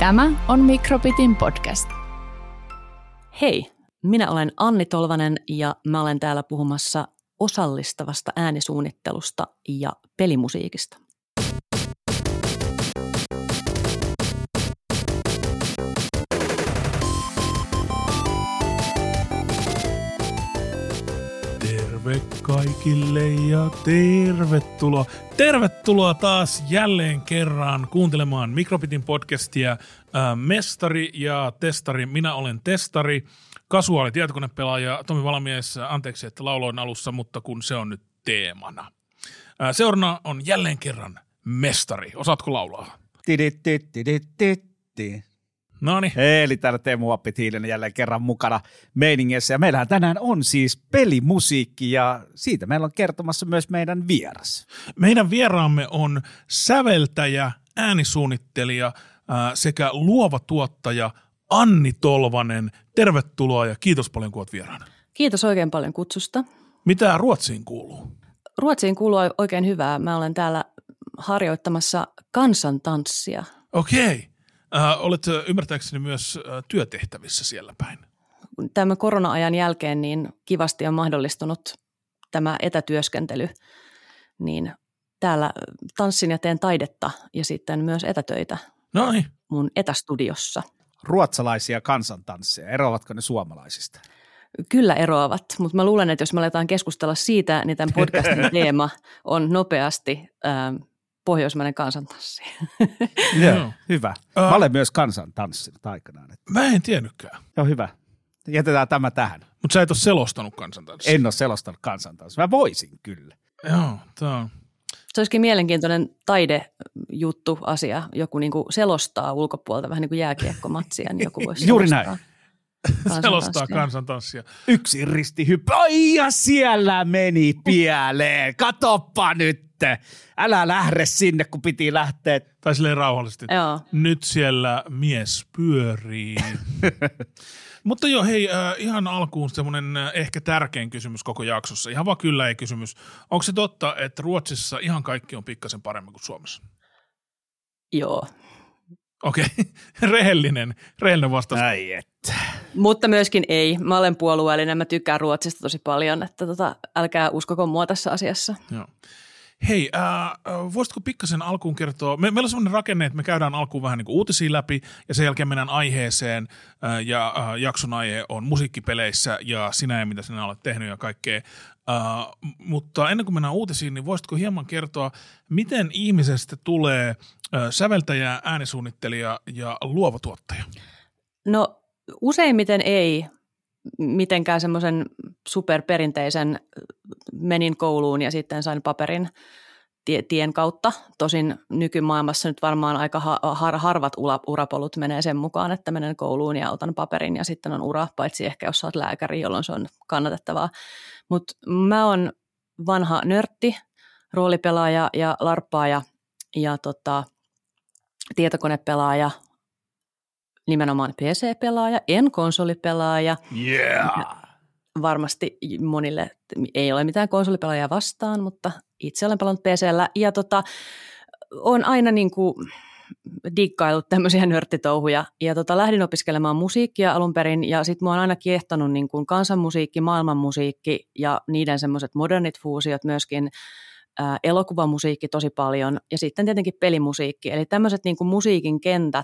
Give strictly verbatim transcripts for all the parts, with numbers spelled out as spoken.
Tämä on Mikrobitin podcast. Hei, minä olen Anni Tolvanen ja mä olen täällä puhumassa osallistavasta äänisuunnittelusta ja pelimusiikista. Terve kaikille ja tervetuloa. Tervetuloa taas jälleen kerran kuuntelemaan Mikrobitin podcastia. Äh, mestari ja testari, minä olen testari, kasuaali tietokonepelaaja Tomi Valamies, anteeksi, että lauloin alussa, mutta kun se on nyt teemana. Äh, seurana on jälleen kerran mestari. Osaatko laulaa? Tiditititititti. Noniin. Eli täällä Teemu Appi-Tiilinen jälleen kerran mukana meiningissä. Ja meillähän tänään on siis pelimusiikki ja siitä meillä on kertomassa myös meidän vieras. Meidän vieraamme on säveltäjä, äänisuunnittelija äh, sekä luova tuottaja Anni Tolvanen. Tervetuloa ja kiitos paljon, kun olet vieraana. Kiitos oikein paljon kutsusta. Mitä Ruotsiin kuuluu? Ruotsiin kuuluu oikein hyvää. Mä olen täällä harjoittamassa kansantanssia. Okei. Äh, olet ymmärtääkseni myös äh, työtehtävissä siellä päin. Tämän korona-ajan jälkeen niin kivasti on mahdollistunut tämä etätyöskentely, niin täällä tanssin ja teen taidetta ja sitten myös etätöitä Noin. mun etästudiossa. Ruotsalaisia kansantansseja, eroavatko ne suomalaisista? Kyllä eroavat, mutta mä luulen, että jos me aletaan keskustella siitä, niin tämän podcastin teema on nopeasti ähm, pohjoismainen kansantanssi. Joo, hyvä. Mä olen myös kansantanssinut aikanaan. Mä en tiennytkään. Joo, hyvä. Jätetään tämä tähän. Mutta sä et ole selostanut kansantanssia. En ole selostanut kansantanssia. Mä voisin kyllä. Joo, tämä on. Se olisikin mielenkiintoinen taidejuttu asia. Joku niinku selostaa ulkopuolelta vähän niin kuin jääkiekkomatsia, niin joku voisi Juuri selostaa. näin. Selostaa kansantanssia. Yksi ristihyppy. Ai ja siellä meni pieleen. Katoppa nyt. Älä lähde sinne, kun piti lähteä. Tai silleen rauhallisesti. Joo. Nyt siellä mies pyörii. Mutta joo, hei, äh, ihan alkuun semmoinen äh, ehkä tärkein kysymys koko jaksossa. Ihan vaan kyllä ei kysymys. Onko se totta, että Ruotsissa ihan kaikki on pikkasen paremmin kuin Suomessa? Joo. Okei, okay. rehellinen, rehellinen vastaus. Ai että. Mutta myöskin ei. Mä olen puolueellinen, mä tykkään Ruotsista tosi paljon, että tota, älkää uskoko mua tässä asiassa. Joo. Hei, äh, voisitko pikkasen alkuun kertoa, me, meillä on sellainen rakenne, että me käydään alkuun vähän niin kuin uutisia läpi ja sen jälkeen mennään aiheeseen äh, ja äh, jakson aihe on musiikkipeleissä ja sinä ja mitä sinä olet tehnyt ja kaikkea. Äh, mutta ennen kuin mennään uutisiin, niin voisitko hieman kertoa, miten ihmisestä tulee äh, säveltäjä, äänisuunnittelija ja luova tuottaja? No useimmiten ei mitenkään semmoisen superperinteisen menin kouluun ja sitten sain paperin tie, tien kautta. Tosin nykymaailmassa nyt varmaan aika har, harvat urapolut menee sen mukaan, että menen kouluun ja otan paperin ja sitten on ura, paitsi ehkä jos olet lääkäri, jolloin se on kannatettavaa. Mutta mä oon vanha nörtti, roolipelaaja ja larppaaja ja tota, tietokonepelaaja, nimenomaan P C-pelaaja, en konsolipelaaja. Yeah! Varmasti monille ei ole mitään konsolipelaajia vastaan, mutta itse olen pelannut P C:llä ja tota, olen aina niin kuin diggailut tämmöisiä nörttitouhuja ja tota, lähdin opiskelemaan musiikkia alun perin ja sitten mua on aina kiehtonut niin kuin kansanmusiikki, maailmanmusiikki ja niiden semmoiset modernit fuusiot myöskin, ää, elokuvamusiikki tosi paljon ja sitten tietenkin pelimusiikki, eli tämmöiset niin kuin musiikin kentät,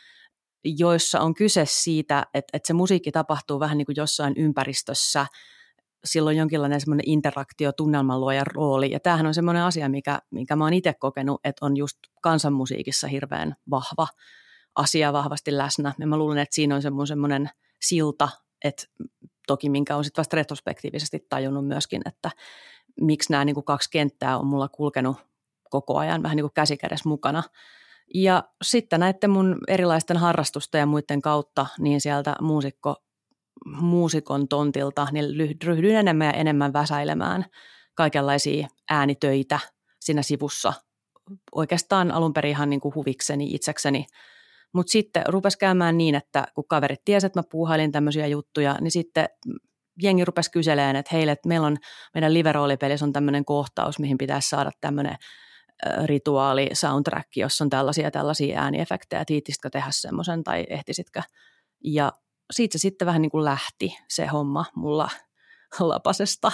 joissa on kyse siitä, että, että se musiikki tapahtuu vähän niin kuin jossain ympäristössä, silloin jonkinlainen semmoinen interaktio, tunnelmanluojan rooli. Ja tämähän on semmoinen asia, mikä, minkä mä oon itse kokenut, että on just kansanmusiikissa hirveän vahva asia vahvasti läsnä. Ja mä luulen, että siinä on semmoinen, semmoinen silta, että toki minkä on sitten vasta retrospektiivisesti tajunnut myöskin, että miksi nämä niin kuin kaksi kenttää on mulla kulkenut koko ajan vähän niin kuin käsikädessä mukana. Ja sitten näiden mun erilaisten harrastusten ja muiden kautta, niin sieltä muusikko, muusikon tontilta, niin ryhdyin enemmän ja enemmän väsäilemään kaikenlaisia äänitöitä siinä sivussa. Oikeastaan alun perin ihan niin kuin huvikseni, itsekseni. Mutta sitten rupesi käymään niin, että kun kaverit tiesivät, että mä puuhailin tämmöisiä juttuja, niin sitten jengi rupesi kyselemään, että heille, että meillä on meidän live-roolipelissä on tämmöinen kohtaus, mihin pitäisi saada tämmöinen rituaali soundtrack, jossa on tällaisia tällaisia ääniefektejä, tiittisitkö tehdä semmoisen tai ehtisitkö. Ja siitä se sitten vähän niin kuin lähti se homma mulla lapasesta.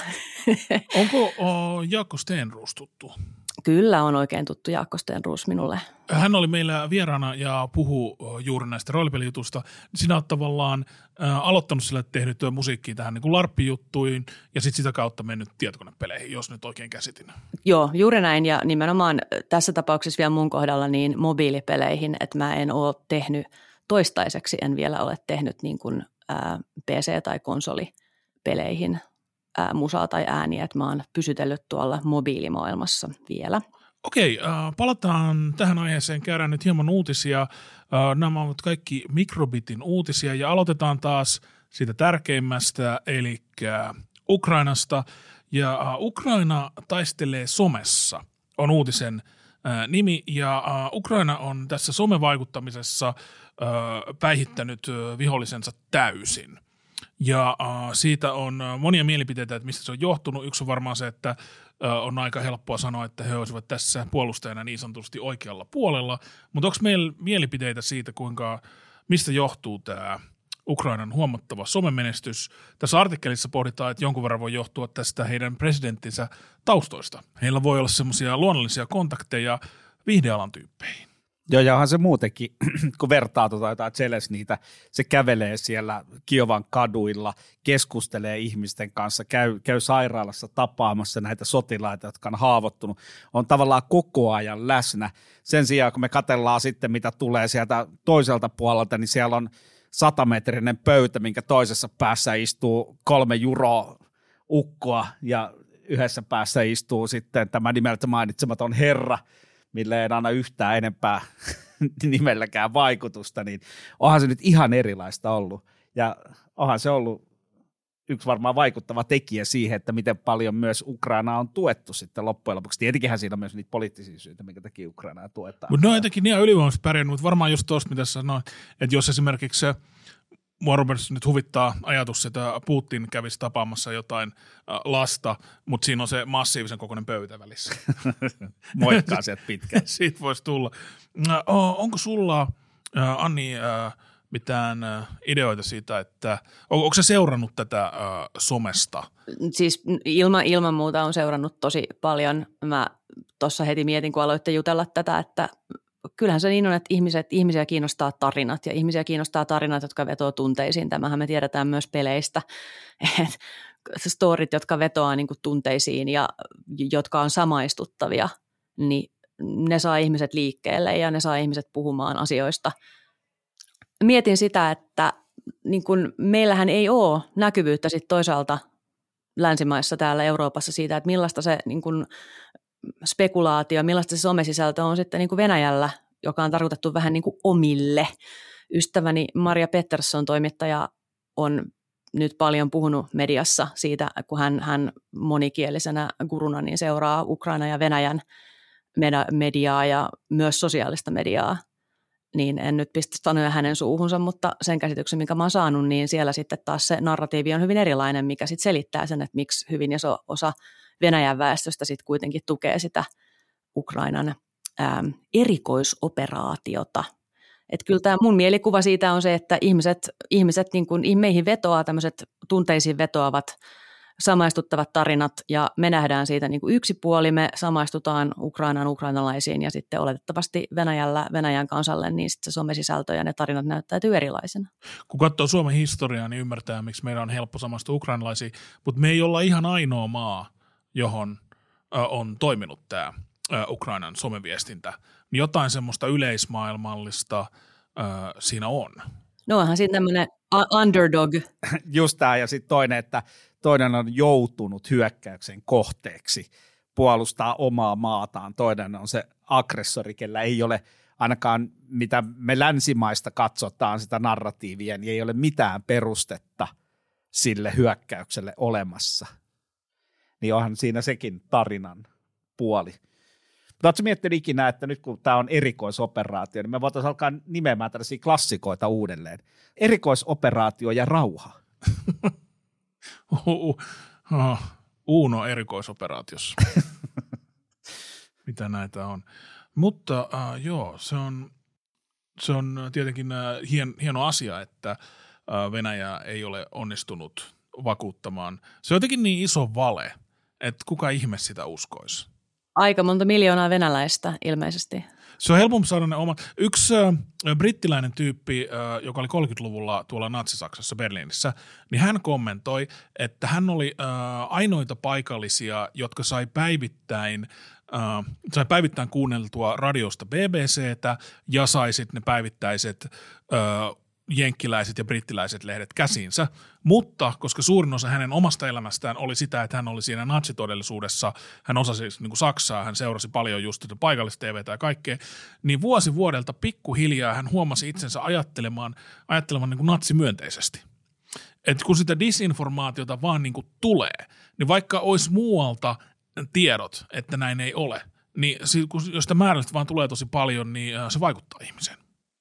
Onko o, Jaakko Stenroos tuttu? Kyllä on oikein tuttu Jaakko Stenroos minulle. Hän oli meillä vieraana ja puhui juuri näistä roolipelijutusta. Sinä olet tavallaan ä, aloittanut sillä, tehnyt musiikkia tähän niin kuin larppijuttuihin ja sitten sitä kautta mennyt tietokonepeleihin, jos nyt oikein käsitin. Joo, juuri näin ja nimenomaan tässä tapauksessa vielä mun kohdalla niin mobiilipeleihin, että mä en ole tehnyt toistaiseksi, en vielä ole tehnyt niin kuin ä, P C- tai konsolipeleihin ä, musaa tai ääniä, että mä oon pysytellyt tuolla mobiilimaailmassa vielä. Okei, äh, palataan tähän aiheeseen, käydään nyt hieman uutisia. Äh, nämä ovat kaikki Mikrobitin uutisia ja aloitetaan taas siitä tärkeimmästä, eli Ukrainasta. Ja äh, Ukraina taistelee somessa, on uutisen äh, nimi, ja äh, Ukraina on tässä somevaikuttamisessa äh, päihittänyt äh, vihollisensa täysin. Ja äh, siitä on monia mielipiteitä, että mistä se on johtunut. Yksi on varmaan se, että on aika helppoa sanoa, että he olisivat tässä puolustajana niin sanotusti oikealla puolella, mutta onko meillä mielipiteitä siitä, kuinka, mistä johtuu tämä Ukrainan huomattava somemenestys? Tässä artikkelissa pohditaan, että jonkun verran voi johtua tästä heidän presidenttinsä taustoista. Heillä voi olla semmoisia luonnollisia kontakteja viihdealan tyyppeihin. Joo, ja onhan se muutenkin, kun vertaa tuota jotain Zelensniitä, se kävelee siellä Kiovan kaduilla, keskustelee ihmisten kanssa, käy, käy sairaalassa tapaamassa näitä sotilaita, jotka on haavoittunut, on tavallaan koko ajan läsnä. Sen sijaan, kun me katsellaan sitten, mitä tulee sieltä toiselta puolelta, niin siellä on satametrinen pöytä, minkä toisessa päässä istuu kolme juroa ukkoa, ja yhdessä päässä istuu sitten tämä nimeltä mainitsematon herra, mille ei anna yhtään enempää nimelläkään vaikutusta, niin onhan se nyt ihan erilaista ollut. Ja onhan se ollut yksi varmaan vaikuttava tekijä siihen, että miten paljon myös Ukrainaa on tuettu sitten loppujen lopuksi. Tietenkinhän siinä on myös niitä poliittisia syitä, minkä takia Ukrainaa tuetaan. Mutta ne on jotenkin ihan ylivoimaisesti pärjännyt, mutta varmaan just tuosta, mitä sanoit, että jos esimerkiksi se mua rupesi nyt huvittaa ajatus, että Putin kävisi tapaamassa jotain lasta, mutta siinä on se massiivisen kokoinen pöytä välissä. Moikkaa sieltä pitkään. Siitä voisi tulla. Onko sulla, Anni, mitään ideoita siitä, että onko se seurannut tätä somesta? Siis ilman, ilman muuta on seurannut tosi paljon. Mä tuossa heti mietin, kun aloitte jutella tätä, että kyllähän se niin on, että ihmiset, ihmisiä kiinnostaa tarinat ja ihmisiä kiinnostaa tarinat, jotka vetoo tunteisiin. Tämähän me tiedetään myös peleistä, että storit, jotka vetoaa niin kuin tunteisiin ja jotka on samaistuttavia, niin ne saa ihmiset liikkeelle ja ne saa ihmiset puhumaan asioista. Mietin sitä, että niin kuin meillähän ei ole näkyvyyttä sit toisaalta länsimaissa täällä Euroopassa siitä, että millaista se niin kuin spekulaatio, millaista se somesisältö on sitten niin kuin Venäjällä, joka on tarkoitettu vähän niin kuin omille. Ystäväni Maria Pettersson, toimittaja, on nyt paljon puhunut mediassa siitä, kun hän, hän monikielisenä guruna niin seuraa Ukraina ja Venäjän mediaa ja myös sosiaalista mediaa. Niin en nyt pistä sanoja hänen suuhunsa, mutta sen käsityksen, minkä mä oon saanut, niin siellä sitten taas se narratiivi on hyvin erilainen, mikä sitten selittää sen, että miksi hyvin iso osa Venäjän väestöstä sitten kuitenkin tukee sitä Ukrainan ää, erikoisoperaatiota. Että kyllä tämä mun mielikuva siitä on se, että ihmiset, ihmiset niin kuin meihin vetoaa, tämmöiset tunteisiin vetoavat samaistuttavat tarinat ja me nähdään siitä niin kuin yksi puoli, me samaistutaan Ukrainan ukrainalaisiin ja sitten oletettavasti Venäjällä, Venäjän kansalle, niin sitten se somesisältö ja ne tarinat näyttäytyy erilaisena. Kun katsoo Suomen historiaa, niin ymmärtää, miksi meidän on helppo samaistua ukrainalaisiin, mutta me ei olla ihan ainoa maa, johon on toiminut tämä Ukrainan someviestintä. Jotain semmoista yleismaailmallista siinä on. No onhan siinä tämmöinen underdog. Just tämä ja sitten toinen, että toinen on joutunut hyökkäyksen kohteeksi, puolustaa omaa maataan. Toinen on se aggressori, kellä ei ole ainakaan, mitä me länsimaista katsotaan sitä narratiivia, niin ei ole mitään perustetta sille hyökkäykselle olemassa. Niin onhan siinä sekin tarinan puoli. Mutta oletko miettinyt ikinä, että nyt kun tämä on erikoisoperaatio, niin me voitaisiin alkaa nimeämään tällaisia klassikoita uudelleen. Erikoisoperaatio ja rauha. Uuno erikoisoperaatiossa. mitä näitä on. Mutta uh, joo, se on, se on tietenkin uh, hien, hieno asia, että uh, Venäjä ei ole onnistunut vakuuttamaan. Se on jotenkin niin iso vale, että kuka ihme sitä uskoisi. Aika monta miljoonaa venäläistä ilmeisesti. Se on helpompi saada ne omat. Yksi äh, brittiläinen tyyppi, äh, joka oli kolmekymmentäluvulla tuolla Natsi-Saksassa Berliinissä, niin hän kommentoi, että hän oli äh, ainoita paikallisia, jotka sai päivittäin, äh, sai päivittäin kuunneltua radiosta B B C:tä ja sai sitten ne päivittäiset äh, jenkkiläiset ja brittiläiset lehdet käsiinsä, mutta koska suurin osa hänen omasta elämästään oli sitä, että hän oli siinä natsitodellisuudessa, hän osasi niin kuin Saksaa, hän seurasi paljon just paikallista T V:tä ja kaikkea, niin vuosi vuodelta pikkuhiljaa hän huomasi itsensä ajattelemaan, ajattelemaan niin kuin natsimyönteisesti. Että kun sitä disinformaatiota vaan niin kuin tulee, niin vaikka olisi muualta tiedot, että näin ei ole, niin jos sitä määrällisesti vaan tulee tosi paljon, niin se vaikuttaa ihmiseen.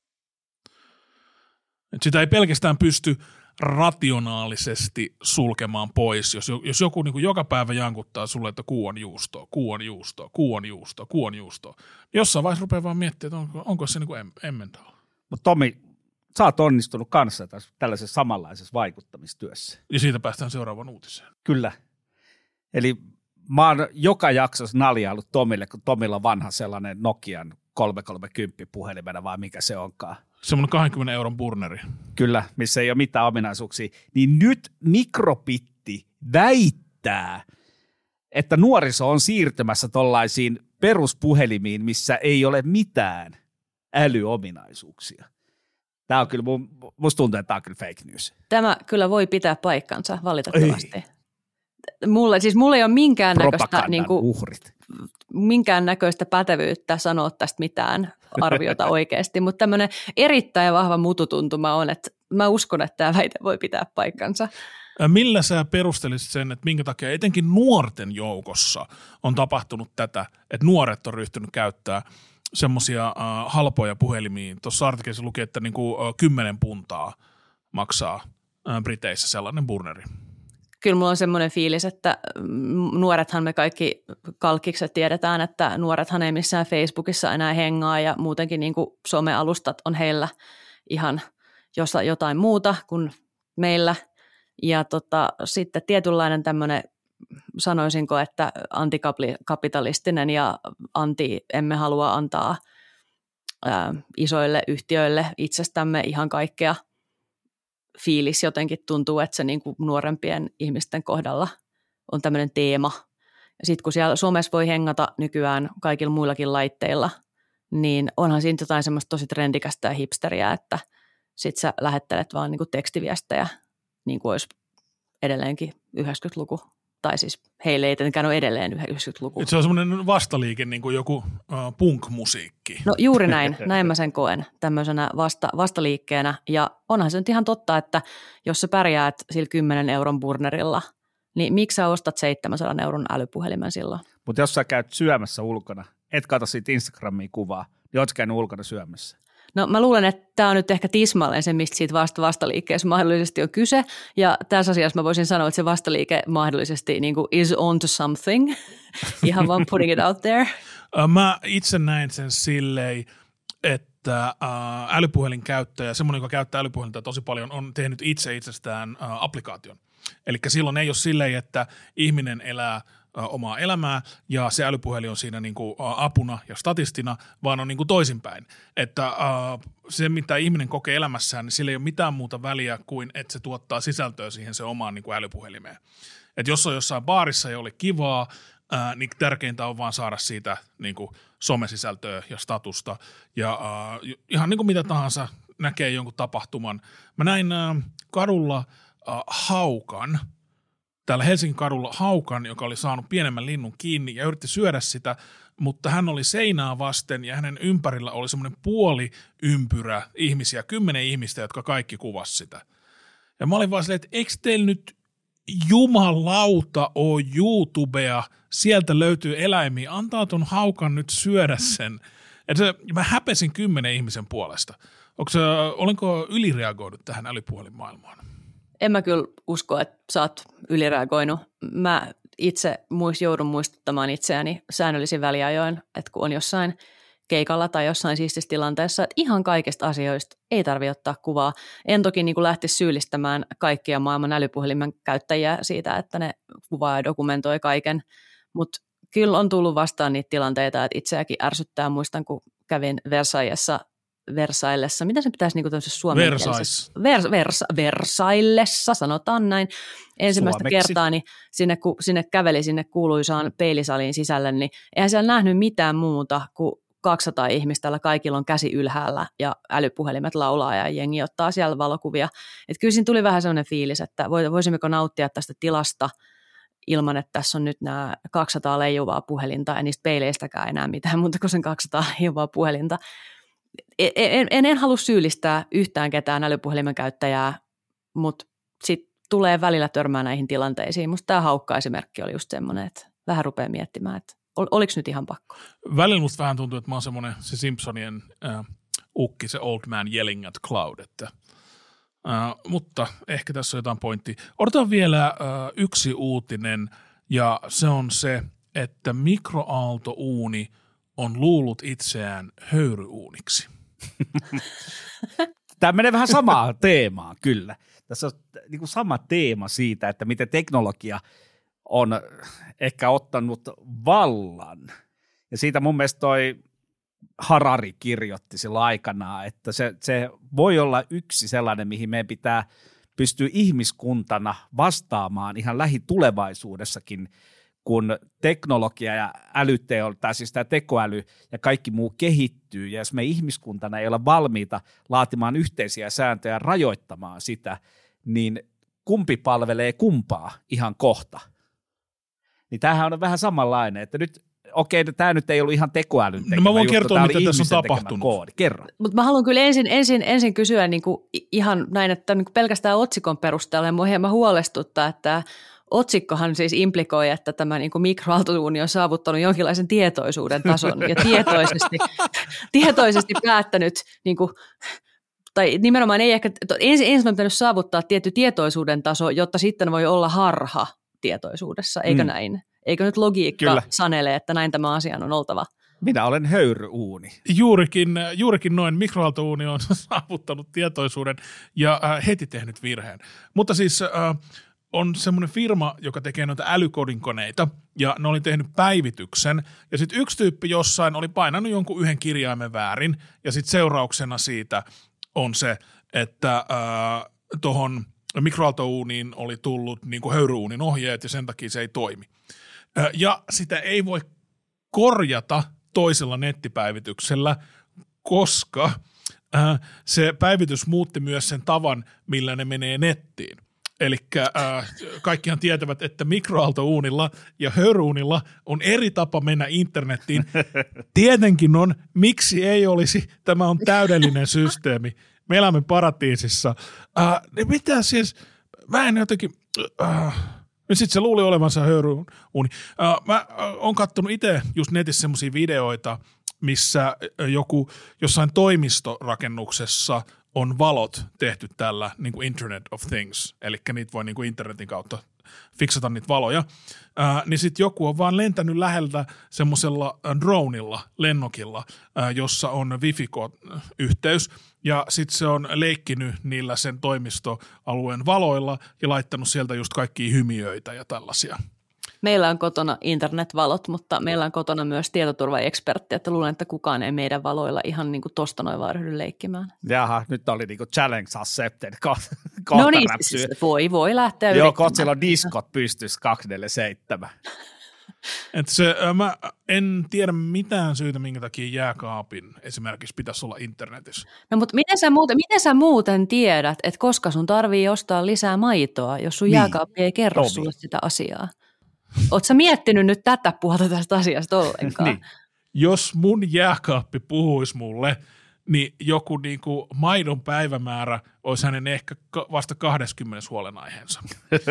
Et sitä ei pelkästään pysty rationaalisesti sulkemaan pois, jos, jos joku niin kuin joka päivä jankuttaa sulle, että kuu on juustoa, kuu on juustoa, kuu on juustoa, kuu on juustoa. Jossain vaiheessa rupeaa vaan miettimään, että onko, onko se niin kuin emmentaa. Mutta Tomi, sä oot onnistunut kanssa tällaisessa samanlaisessa vaikuttamistyössä. Ja siitä päästään seuraavaan uutiseen. Kyllä. Eli mä oon joka jaksossa naljaillut Tomille, kun Tomilla on vanha sellainen Nokian kolmesataakolmekymmentä puhelimena, vai mikä se onkaan. Semmoinen kahdenkymmenen euron burneri. Kyllä, missä ei ole mitään ominaisuuksia. Niin nyt Mikrobitti väittää, että nuoriso on siirtymässä tollaisiin peruspuhelimiin, missä ei ole mitään älyominaisuuksia. Tämä on kyllä, musta tuntuu, että tämä on kyllä fake news. Tämä kyllä voi pitää paikkansa valitettavasti. Ei. Mulle, siis mulla ei ole minkäännäköistä, niin kuin, uhrit. minkäännäköistä pätevyyttä sanoa tästä mitään arviota oikeasti, mutta tämmöinen erittäin vahva mututuntuma on, että mä uskon, että tämä väite voi pitää paikkansa. Millä sä perustelisit sen, että minkä takia etenkin nuorten joukossa on tapahtunut tätä, että nuoret on ryhtynyt käyttää semmoisia uh, halpoja puhelimia. Tuossa artikkelissa luki, että niinku, uh, kymmenen puntaa maksaa uh, Briteissä sellainen burneri. Kyllä mulla on semmoinen fiilis, että nuorethan me kaikki kalkkikset tiedetään, että nuorethan ei missään Facebookissa enää hengaa ja muutenkin niin kuin somealustat on heillä ihan jotain muuta kuin meillä. Ja tota, sitten tietynlainen tämmöinen, sanoisinko, että antikapitalistinen ja anti, emme halua antaa ää, isoille yhtiöille itsestämme ihan kaikkea. Fiilis jotenkin tuntuu, että se niin kuin nuorempien ihmisten kohdalla on tämmöinen teema. Ja sitten kun siellä somessa voi hengata nykyään kaikilla muillakin laitteilla, niin onhan siinä jotain semmoista tosi trendikästä ja hipsteriä, että sitten sä lähettelet vaan niin kuin tekstiviestejä, niin kuin olisi edelleenkin yhdeksänkymmentäluku. Tai siis heille ei tietenkään ole edelleen yhdeksänkymmentäluku. Se on semmoinen vastaliike, niin kuin joku uh, punk-musiikki. No juuri näin, näin mä sen koen tämmöisenä vasta, vastaliikkeenä. Ja onhan se nyt ihan totta, että jos sä pärjäät sillä kymmenen euron burnerilla, niin miksi sä ostat seitsemänsadan euron älypuhelimen silloin? Mutta jos sä käyt syömässä ulkona, et katso siitä Instagramiin kuvaa, niin oot sä käynyt ulkona syömässä? No mä luulen, että tämä on nyt ehkä tismalleen se, mistä siitä vasta vastaliikkeessä mahdollisesti on kyse. Ja tässä asiassa mä voisin sanoa, että se vastaliike mahdollisesti niin kuin is on to something. Ihan vaan putting it out there. Mä itse näin sen silleen, että älypuhelin käyttäjä, semmoinen, joka käyttää älypuhelinta tosi paljon, on tehnyt itse itsestään applikaation. Eli silloin ei ole silleen, että ihminen elää omaa elämää ja se älypuhelin on siinä niin kuin apuna ja statistina, vaan on niin kuin toisinpäin. Että uh, se, mitä ihminen kokee elämässään, niin sillä ei ole mitään muuta väliä kuin, että se tuottaa sisältöä siihen se omaan niin kuin älypuhelimeen. Että jos on jossain baarissa ja oli kivaa, uh, niin tärkeintä on vaan saada siitä niin kuin somesisältöä ja statusta ja uh, ihan niin kuin mitä tahansa näkee jonkun tapahtuman. Mä näin uh, kadulla uh, haukan, täällä Helsingin kadulla haukan, joka oli saanut pienemmän linnun kiinni ja yritti syödä sitä, mutta hän oli seinää vasten ja hänen ympärillä oli semmoinen puoli ympyrä ihmisiä, kymmenen ihmistä, jotka kaikki kuvasi sitä. Ja mä olin vaan silleen, että eikö teillä nyt jumalauta ole YouTubea, sieltä löytyy eläimiä, antaa ton haukan nyt syödä sen. Et se, mä häpesin kymmenen ihmisen puolesta. Onko se, olenko ylireagoinut tähän älypuhelinmaailmaan? En mä kyllä usko, että sä oot ylireagoinut. Mä itse muist, joudun muistuttamaan itseäni säännöllisin väliajoin, että kun on jossain keikalla tai jossain siistissä tilanteessa, että ihan kaikista asioista ei tarvitse ottaa kuvaa. En toki niin kuin lähtisi syyllistämään kaikkia maailman älypuhelimen käyttäjiä siitä, että ne kuvaa ja dokumentoi kaiken, mutta kyllä on tullut vastaan niitä tilanteita, että itseäkin ärsyttää. Muistan, kun kävin Versaillessa, Versaillessa, mitä se pitäisi niin kuin tämmöisessä suomenkielisessä? Vers, vers, Versaillessa, sanotaan näin. Ensimmäistä Suomeksi. kertaa, niin sinne, kun sinne käveli sinne kuuluisaan peilisaliin sisälle, niin eihän siellä nähnyt mitään muuta kuin kaksisataa ihmistä, tällä kaikilla on käsi ylhäällä ja älypuhelimet laulaa ja jengi ottaa siellä valokuvia. Et kyllä siinä tuli vähän sellainen fiilis, että voisimmeko nauttia tästä tilasta ilman, että tässä on nyt nämä kaksisataa leijuvaa puhelinta ja niistä peileistäkään enää mitään muuta kuin sen kaksisataa leijuvaa puhelinta. En, en, en halua syyllistää yhtään ketään älypuhelimen käyttäjää, mutta sitten tulee välillä törmää näihin tilanteisiin. Musta tämä haukka-esimerkki oli just semmoinen, että vähän rupeaa miettimään, että ol, oliko nyt ihan pakko. Välillä musta vähän tuntuu, että mä oon semmoinen se Simpsonien äh, ukki, se old man yelling at cloud, että Uh, mutta ehkä tässä on jotain pointtia. Odotan vielä uh, yksi uutinen, ja se on se, että mikroaaltouuni on luullut itseään höyryuuniksi. Tämä menee vähän samaa teemaa, kyllä. Tässä on niin kuin sama teema siitä, että miten teknologia on ehkä ottanut vallan. Ja siitä mun mielestä toi Harari kirjoitti sillä aikanaan, että se, se voi olla yksi sellainen, mihin meidän pitää pystyä ihmiskuntana vastaamaan ihan lähitulevaisuudessakin, kun teknologia ja älyteo, tai siis tämä tekoäly ja kaikki muu kehittyy, ja jos me ihmiskuntana ei olla valmiita laatimaan yhteisiä sääntöjä rajoittamaan sitä, niin kumpi palvelee kumpaa ihan kohta? Niin tämähän on vähän samanlainen, että nyt okei, tämä nyt ei ollut ihan tekoälyn tekemä no mä voin juttu, kertoa, mitä tässä on tapahtunut. Koodi. Kerro. Mutta mä haluan kyllä ensin, ensin, ensin kysyä niin kuin ihan näin, että niin kuin pelkästään otsikon perusteella, ja mua hieman huolestuttaa, että otsikkohan siis implikoi, että tämä niin kuin mikroaaltouuni on saavuttanut jonkinlaisen tietoisuuden tason ja tietoisesti, tietoisesti päättänyt, niin kuin, tai nimenomaan ei ehkä, ensin, ensin on pitänyt saavuttaa tietty tietoisuuden taso, jotta sitten voi olla harha tietoisuudessa, eikö mm. näin? Eikö nyt logiikka Kyllä. sanele, että näin tämä asian on oltava? Minä olen höyryuuni. Juurikin, juurikin noin mikroaaltouuni on saavuttanut tietoisuuden ja äh, heti tehnyt virheen. Mutta siis äh, on semmoinen firma, joka tekee noita älykodinkoneita, ja ne oli tehnyt päivityksen, ja sitten yksi tyyppi jossain oli painanut jonkun yhden kirjaimen väärin, ja sitten seurauksena siitä on se, että äh, tuohon mikroaaltouuniin oli tullut niin kuin höyryuunin ohjeet, ja sen takia se ei toimi. Ja sitä ei voi korjata toisella nettipäivityksellä, koska se päivitys muutti myös sen tavan, millä ne menee nettiin. Eli kaikkihan tietävät, että mikroaaltouunilla ja höyryuunilla on eri tapa mennä internettiin. Tietenkin on, miksi ei olisi, tämä on täydellinen systeemi. Me elämme paratiisissa. Mitä siis, mä en jotenkin... Nyt sitten se luuli olevansa höyryuuni. Uh, mä uh, oon kattonut itse just netissä semmoisia videoita, missä joku jossain toimistorakennuksessa on valot tehty tällä niin kuin Internet of Things, eli niitä voi niin kuin internetin kautta fiksata niitä valoja, uh, niin sitten joku on vaan lentänyt läheltä semmoisella dronilla, lennokilla, uh, jossa on wifi-yhteys, ja sitten se on leikkinyt niillä sen toimistoalueen valoilla ja laittanut sieltä just kaikkia hymiöitä ja tällaisia. Meillä on kotona internetvalot, mutta meillä on kotona myös tietoturvaekspertti, että luulen, että kukaan ei meidän valoilla ihan niin kuin tosta noin vaan ryhdy leikkimään. Jaha, nyt oli niin kuin challenge accepted. No niin, siis voi, voi lähteä Joo, yrittämään. kohta siellä on diskot pystyssä kaksikymmentäseitsemän. Et se, mä en tiedä mitään syytä, minkä takia jääkaapin esimerkiksi pitäisi olla internetissä. No mutta miten sä muuten, miten sä muuten tiedät, että koska sun tarvii ostaa lisää maitoa, jos sun niin. jääkaappi ei kerro Tomi. sulle sitä asiaa? Ootko sä miettinyt nyt tätä puolta tästä asiasta ollenkaan? niin. Jos mun jääkaappi puhuisi mulle, niin joku niinku maidon päivämäärä olisi hänen ehkä vasta kaksikymmentä huolenaiheensa.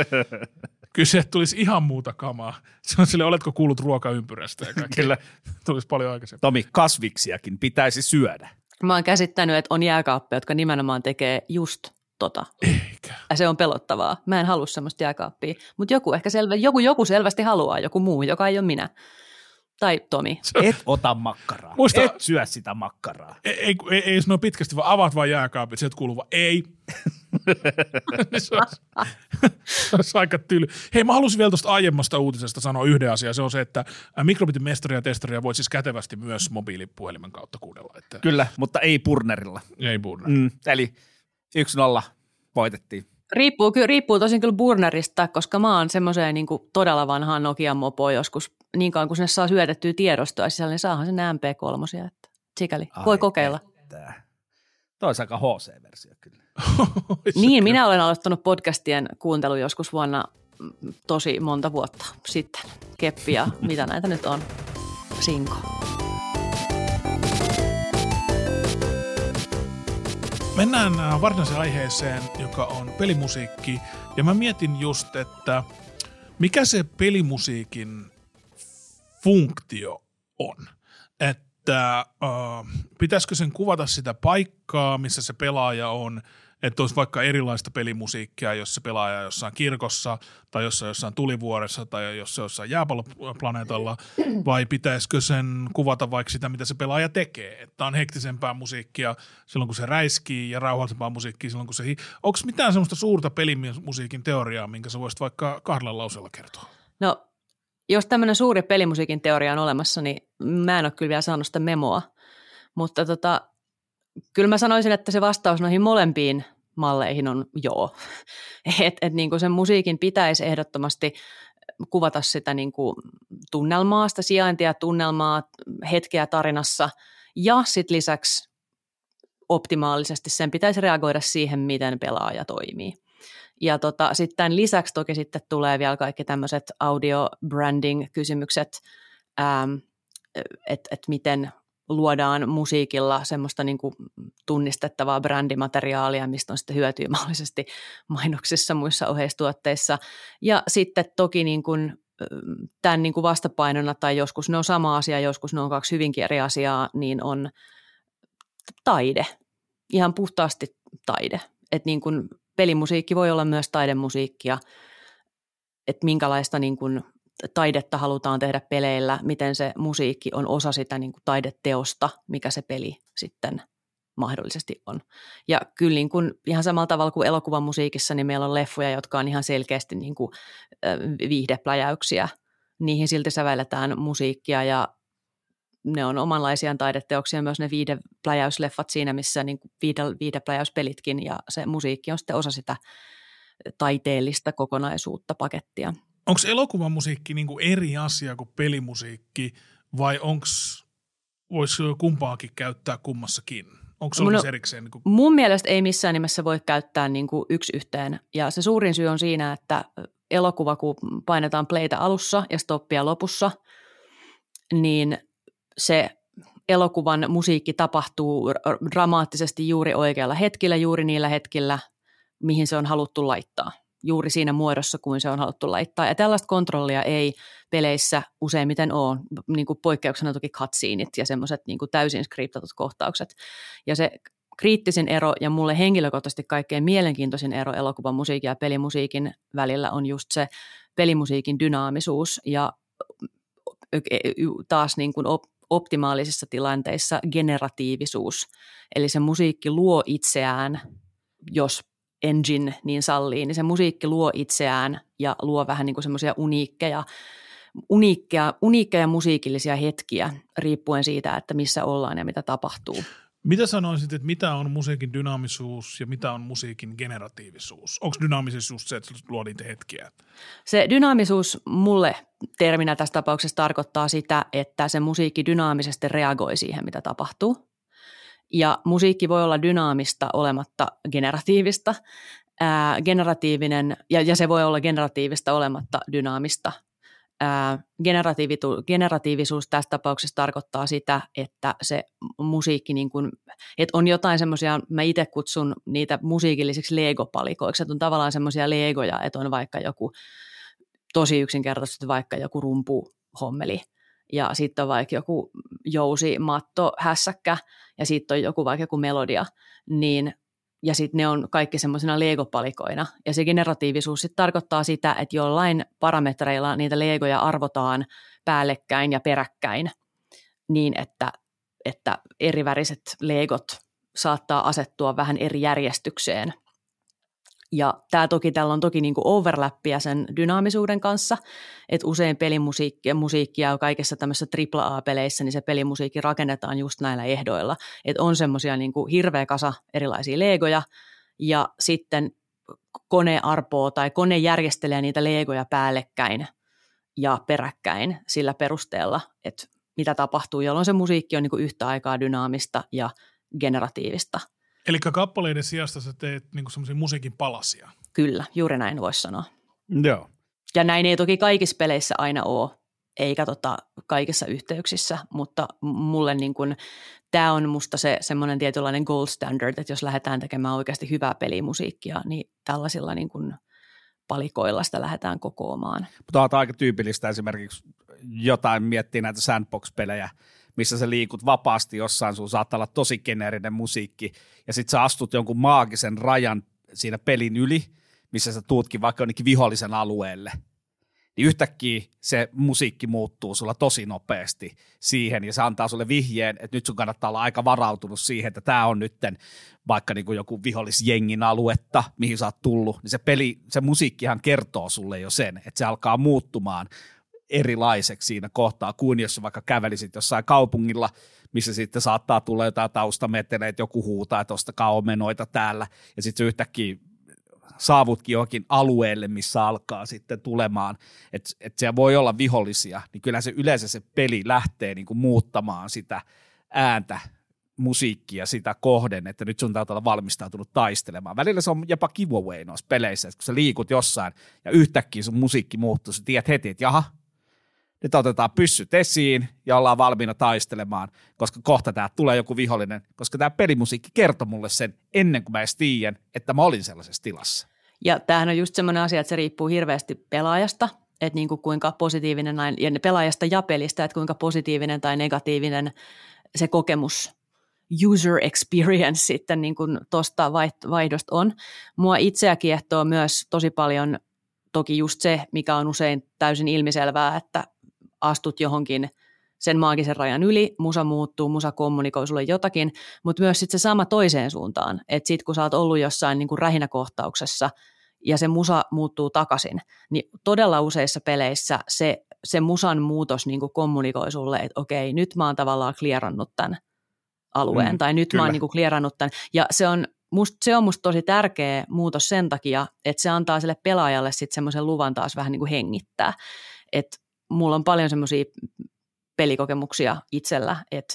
Kyllä se tulisi ihan muuta kamaa. Se on sille, oletko kuullut ruokaympyrästä ja kaikki. Kyllä. Tulisi paljon aikaisemmin. Tomi, kasviksiakin pitäisi syödä. Mä oon käsittänyt, että on jääkaappeja, jotka nimenomaan tekee just tota. Eikä. Ja se on pelottavaa. Mä en halua semmoista jääkaappia, mutta joku ehkä selvä, joku, joku selvästi haluaa, joku muu, joka ei ole minä. Tai Tomi. Et ota makkaraa. Muista, et syö sitä makkaraa. Ei, ei, ei, ei sano pitkästi, vaan avaat vaan jääkaapit, sieltä kuuluu vaan ei. se, olisi, se olisi aika tyly. Hei, mä halusin vielä tuosta aiemmasta uutisesta sanoa yhden asian. Se on se, että Mikrobitin mestaria ja testaria voi siis kätevästi myös mobiilipuhelimen kautta kuunnella. Että Kyllä, mutta ei burnerilla. ei burnerilla. Mm, eli yksi nolla voitettiin. Riippuu, riippuu tosin kyllä burnerista, koska mä oon semmoiseen niin kuin todella vanhaan Nokian mopoon joskus niin kauan, kun sinne saa syötettyä tiedostoa sisällä, niin saahan sen M P kolme. Että sikäli. Voi Ai kokeilla. Että. Toi olisi aika H C-versio kyllä. Niin, minä olen aloittanut podcastien kuuntelu joskus vuonna tosi monta vuotta sitten. Keppi ja mitä näitä nyt on. Sinko. Mennään varsinaiseen aiheeseen, joka on pelimusiikki. Ja mä mietin just, että mikä se pelimusiikin funktio on. Että äh, pitäisikö sen kuvata sitä paikkaa, missä se pelaaja on, että olisi vaikka erilaista pelimusiikkia, jos se pelaaja jossain kirkossa tai jossain, jossain tulivuoressa tai jos se jossain jääpalloplaneetalla, vai pitäisikö sen kuvata vaikka sitä, mitä se pelaaja tekee, että on hektisempää musiikkia silloin, kun se räiskii ja rauhallisempaa musiikkia silloin, kun se hi- onko mitään semmoista suurta pelimusiikin teoriaa, minkä sä voisit vaikka kahdella lauseella kertoa? No, jos tämmöinen suuri pelimusiikin teoria on olemassa, niin mä en ole kyllä vielä saanut sitä memoa, mutta tota, kyllä mä sanoisin, että se vastaus noihin molempiin malleihin on joo. Että et niinku sen musiikin pitäisi ehdottomasti kuvata sitä niinku tunnelmaa, sitä sijaintia, tunnelmaa, hetkeä tarinassa ja sitten lisäksi optimaalisesti sen pitäisi reagoida siihen, miten pelaaja toimii. Ja tota, sitten lisäksi toki sitten tulee vielä kaikki tämmöiset audio-branding-kysymykset, että et miten luodaan musiikilla semmoista niin kuin tunnistettavaa brändimateriaalia, mistä on sitten hyötyä mahdollisesti mainoksissa, muissa oheistuotteissa. Ja sitten toki niin kuin tämän niin kuin vastapainona, tai joskus ne on sama asia, joskus ne on kaksi hyvinkin eri asiaa, niin on taide, ihan puhtaasti taide. Että niin kuin pelimusiikki voi olla myös taidemusiikkia, että minkälaista niin kuin taidetta halutaan tehdä peleillä, miten se musiikki on osa sitä niin kuin taideteosta, mikä se peli sitten mahdollisesti on. Ja kyllä niin kuin ihan samalla tavalla kuin elokuvan musiikissa, niin meillä on leffoja, jotka on ihan selkeästi niin kuin viihdepläjäyksiä. Niihin silti sävelletään musiikkia ja ne on omanlaisiaan taideteoksia, myös ne viihdepläjäysleffat siinä, missä niin kuin viihdepläjäyspelitkin ja se musiikki on sitten osa sitä taiteellista kokonaisuutta, pakettia. Onko elokuvan musiikki niinku eri asia kuin pelimusiikki vai onko, voisi kumpaakin käyttää kummassakin? Onko se no, erikseen? Niin kuin... Mun mielestä ei missään nimessä voi käyttää niin kuin yksi yhteen ja se suurin syy on siinä, että elokuva kun painetaan playtä alussa ja stoppia lopussa, niin se elokuvan musiikki tapahtuu dramaattisesti juuri oikealla hetkellä, juuri niillä hetkillä, mihin se on haluttu laittaa. Juuri siinä muodossa, kuin se on haluttu laittaa. Ja tällaista kontrollia ei peleissä useimmiten ole, niin kuin poikkeuksena toki cutsceneit ja semmoiset niin kuin täysin skriptatut kohtaukset. Ja se kriittisin ero ja mulle henkilökohtaisesti kaikkein mielenkiintoisin ero elokuvan musiikin ja pelimusiikin välillä on just se pelimusiikin dynaamisuus ja taas niin kuin optimaalisissa tilanteissa generatiivisuus. Eli se musiikki luo itseään, jos engine niin sallii, niin se musiikki luo itseään ja luo vähän niin kuin semmoisia uniikkeja, uniikkeja, uniikkeja musiikillisia hetkiä riippuen siitä, että missä ollaan ja mitä tapahtuu. Mitä sanoisit, että mitä on musiikin dynaamisuus ja mitä on musiikin generatiivisuus? Onko dynaamisuus se, että luo niitä hetkiä? Se dynaamisuus mulle terminä tässä tapauksessa tarkoittaa sitä, että se musiikki dynaamisesti reagoi siihen, mitä tapahtuu. Ja musiikki voi olla dynaamista olematta generatiivista, ää, generatiivinen, ja, ja se voi olla generatiivista olematta dynaamista. Ää, generatiivisuus tässä tapauksessa tarkoittaa sitä, että se musiikki, niin kun, että on jotain semmoisia, mä itse kutsun niitä musiikillisiksi legopalikoiksi, että on tavallaan semmoisia legoja, että on vaikka joku, tosi yksinkertaisesti vaikka joku rumpuhommeli, ja sitten on vaikka joku jousi, matto, hässäkkä, ja sitten on joku vaikka joku melodia, niin ja sitten ne on kaikki semmoisina Lego-palikoina. Ja se generatiivisuus sitten tarkoittaa sitä, että jollain parametreilla niitä Legoja arvotaan päällekkäin ja peräkkäin niin, että, että eriväriset Legot saattaa asettua vähän eri järjestykseen. Ja tämä toki, tällä on toki niinku overlappia sen dynaamisuuden kanssa, että usein pelimusiikkia musiikkia kaikessa tämmöisissä triple A-peleissä, niin se pelimusiikki rakennetaan just näillä ehdoilla. Että on semmoisia niinku hirveä kasa erilaisia legoja, ja sitten kone arpoo tai kone järjestelee niitä legoja päällekkäin ja peräkkäin sillä perusteella, että mitä tapahtuu, jolloin se musiikki on niinku yhtä aikaa dynaamista ja generatiivista. Eli kappaleiden sijasta sä teet niinku semmoisia musiikin palasia. Kyllä, juuri näin voisi sanoa. Joo. Ja näin ei toki kaikissa peleissä aina ole, eikä tota kaikissa yhteyksissä, mutta mulle niin kun, tämä on musta se semmoinen tietynlainen gold standard, että jos lähdetään tekemään oikeasti hyvää pelimusiikkia, niin tällaisilla niin kun palikoilla sitä lähdetään kokoamaan. Mutta on aika tyypillistä esimerkiksi jotain miettiä näitä sandbox-pelejä, missä sä liikut vapaasti jossain, sun saattaa olla tosi geneerinen musiikki, ja sit sä astut jonkun maagisen rajan siinä pelin yli, missä sä tuutkin vaikka jonnekin vihollisen alueelle, niin yhtäkkiä se musiikki muuttuu sulla tosi nopeasti siihen, ja se antaa sulle vihjeen, että nyt sun kannattaa olla aika varautunut siihen, että tää on nytten vaikka niin kuin joku vihollisjengin aluetta, mihin sä oot tullut, niin se peli, se musiikkihan kertoo sulle jo sen, että se alkaa muuttumaan erilaiseksi siinä kohtaa, kuin jos vaikka kävelisit jossain kaupungilla, missä sitten saattaa tulla jotain taustameteleitä, joku huutaa, että ostakaa omenoita täällä, ja sitten yhtäkkiä saavutkin johonkin alueelle, missä alkaa sitten tulemaan, että et siellä voi olla vihollisia, niin kyllä se yleensä se peli lähtee niin kuin muuttamaan sitä ääntä, musiikkia sitä kohden, että nyt sun täytyy olla valmistautunut taistelemaan. Välillä se on jopa giveaway noissa peleissä, että kun sä liikut jossain ja yhtäkkiä sun musiikki muuttuu, sä tiedät heti, että jaha, nyt otetaan pyssyt esiin ja ollaan valmiina taistelemaan, koska kohta täältä tulee joku vihollinen, koska tämä pelimusiikki kertoi mulle sen ennen kuin mä edes tiedän, että mä olin sellaisessa tilassa. Ja tämähän on just semmoinen asia, että se riippuu hirveästi pelaajasta, että niin kuin kuinka positiivinen, ja pelaajasta ja pelistä, että kuinka positiivinen tai negatiivinen se kokemus, user experience sitten niin kuin tuosta vaihdosta on. Mua itseä kiehtoo myös tosi paljon toki just se, mikä on usein täysin ilmiselvää, että astut johonkin sen maagisen rajan yli, musa muuttuu, musa kommunikoi sulle jotakin, mutta myös sitten se sama toiseen suuntaan, että sitten kun sä oot ollut jossain niin kuin rähinäkohtauksessa ja se musa muuttuu takaisin, niin todella useissa peleissä se, se musan muutos niin kuin kommunikoi sulle, että okei, nyt mä oon tavallaan klierannut tämän alueen, mm, tai nyt kyllä. Mä oon niin kuin klierannut tämän, ja se on Must, se on musta tosi tärkeä muutos sen takia, että se antaa sille pelaajalle sitten semmoisen luvan taas vähän niin kuin hengittää. Että mulla on paljon semmoisia pelikokemuksia itsellä, että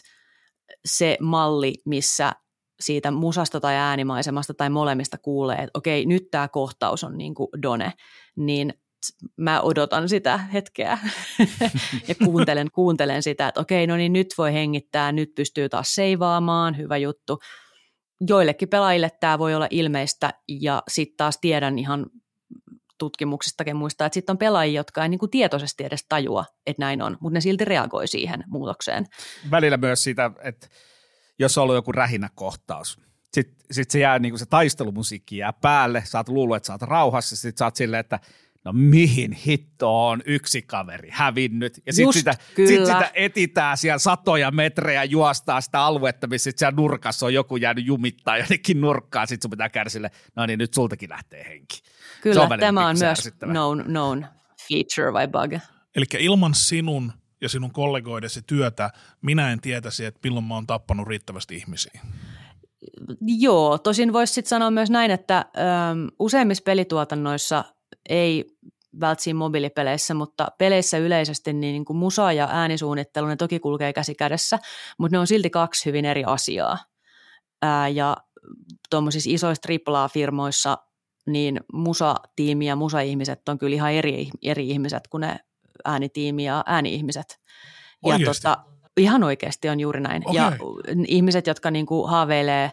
se malli, missä siitä musasta tai äänimaisemasta tai molemmista kuulee, että okei, nyt tämä kohtaus on niin kuin done, niin mä odotan sitä hetkeä ja kuuntelen, kuuntelen sitä, että okei, no niin nyt voi hengittää, nyt pystyy taas seivaamaan, hyvä juttu. Joillekin pelaajille tämä voi olla ilmeistä, ja sitten taas tiedän ihan tutkimuksistakin muistaa, että sitten on pelaajia, jotka ei niinku tietoisesti edes tajua, että näin on, mutta ne silti reagoi siihen muutokseen. Välillä myös siitä, että jos on ollut joku rähinäkohtaus, sitten sit se jää niinku se taistelumusiikki jää päälle, sä oot luullut, että sä oot rauhassa, sitten sä oot silleen, että no mihin hittoon on yksi kaveri hävinnyt. Ja sitten sitä, sit sitä etitään siellä satoja metrejä, juostaa sitä aluetta, missä sit siellä nurkassa on joku jäänyt jumittaa jonnekin nurkkaan. Sitten sun pitää käydä sille, no niin nyt sultakin lähtee henki. Kyllä, on tämä on myös known, known feature vai bug. Eli ilman sinun ja sinun kollegoidesi työtä minä en tietäisi, että milloin mä oon tappanut riittävästi ihmisiä. Joo, tosin voisi sitten sanoa myös näin, että ö, useimmissa pelituotannoissa ei välttämättä mobiilipeleissä, mutta peleissä yleisesti niin, niin kuin musa- ja äänisuunnittelu, ne toki kulkee käsi kädessä, mutta ne on silti kaksi hyvin eri asiaa. Ää, ja tuommoisissa isoissa triple A-firmoissa niin musa-tiimi ja musa-ihmiset on kyllä ihan eri, eri ihmiset kuin ne äänitiimi ja ääni-ihmiset. Ja tota, ihan oikeasti on juuri näin. Okay. Ja ihmiset, jotka niin kuin haaveilee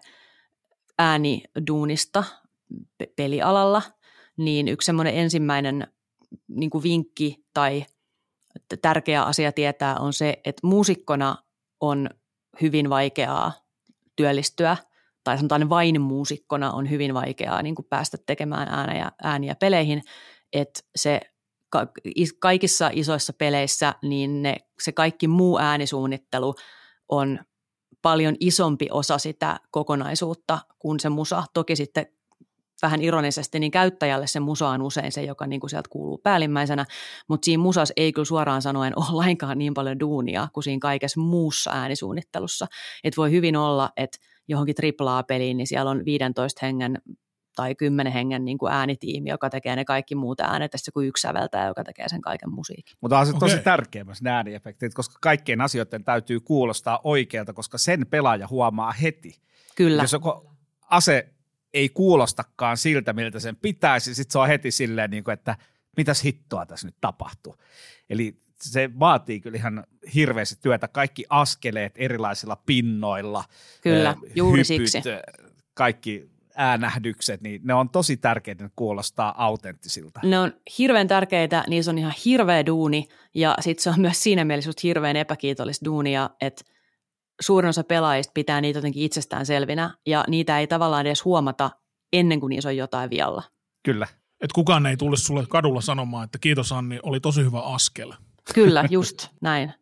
ääniduunista pe- pelialalla, niin yksi semmoinen ensimmäinen niin kuin vinkki tai tärkeä asia tietää on se, että muusikkona on hyvin vaikeaa työllistyä tai sanotaan vain muusikkona on hyvin vaikeaa niin kuin päästä tekemään ääniä, ääniä peleihin, että se kaikissa isoissa peleissä niin ne, se kaikki muu äänisuunnittelu on paljon isompi osa sitä kokonaisuutta kuin se musa. Toki sitten vähän ironisesti, niin käyttäjälle se musa on usein se, joka niin kuin sieltä kuuluu päällimmäisenä, mutta siinä musassa ei kyllä suoraan sanoen ole lainkaan niin paljon duunia kuin siinä kaikessa muussa äänisuunnittelussa. Että voi hyvin olla, että johonkin triple A-peliin, niin siellä on viidentoista hengen tai kymmenen hengen niin kuin äänitiimi, joka tekee ne kaikki muut äänet, ja sitten kuin yksi säveltäjä, joka tekee sen kaiken musiikin. Mutta on se tosi Okei. tärkeä myös ne ääniefektit, koska kaikkien asioiden täytyy kuulostaa oikealta, koska sen pelaaja huomaa heti. Kyllä. Jos joko ase ei kuulostakaan siltä, miltä sen pitäisi, sitten se on heti silleen, niin kuin, että mitäs hittoa tässä nyt tapahtuu. Eli se vaatii kyllä ihan hirveästi työtä, kaikki askeleet erilaisilla pinnoilla. Kyllä, äh, juuri hypyt, siksi. Kaikki äänähdykset, niin ne on tosi tärkeitä, ne kuulostaa autenttisilta. Ne on hirveän tärkeitä, niissä on ihan hirveä duuni, ja sitten se on myös siinä mielessä just hirveän epäkiitollista duunia, että suurin osa pelaajista pitää niitä jotenkin itsestään selvinä, ja niitä ei tavallaan edes huomata ennen kuin niissä on jotain vialla. Kyllä. Että kukaan ei tule sulle kadulla sanomaan, että kiitos Anni, oli tosi hyvä askel. Kyllä, just näin.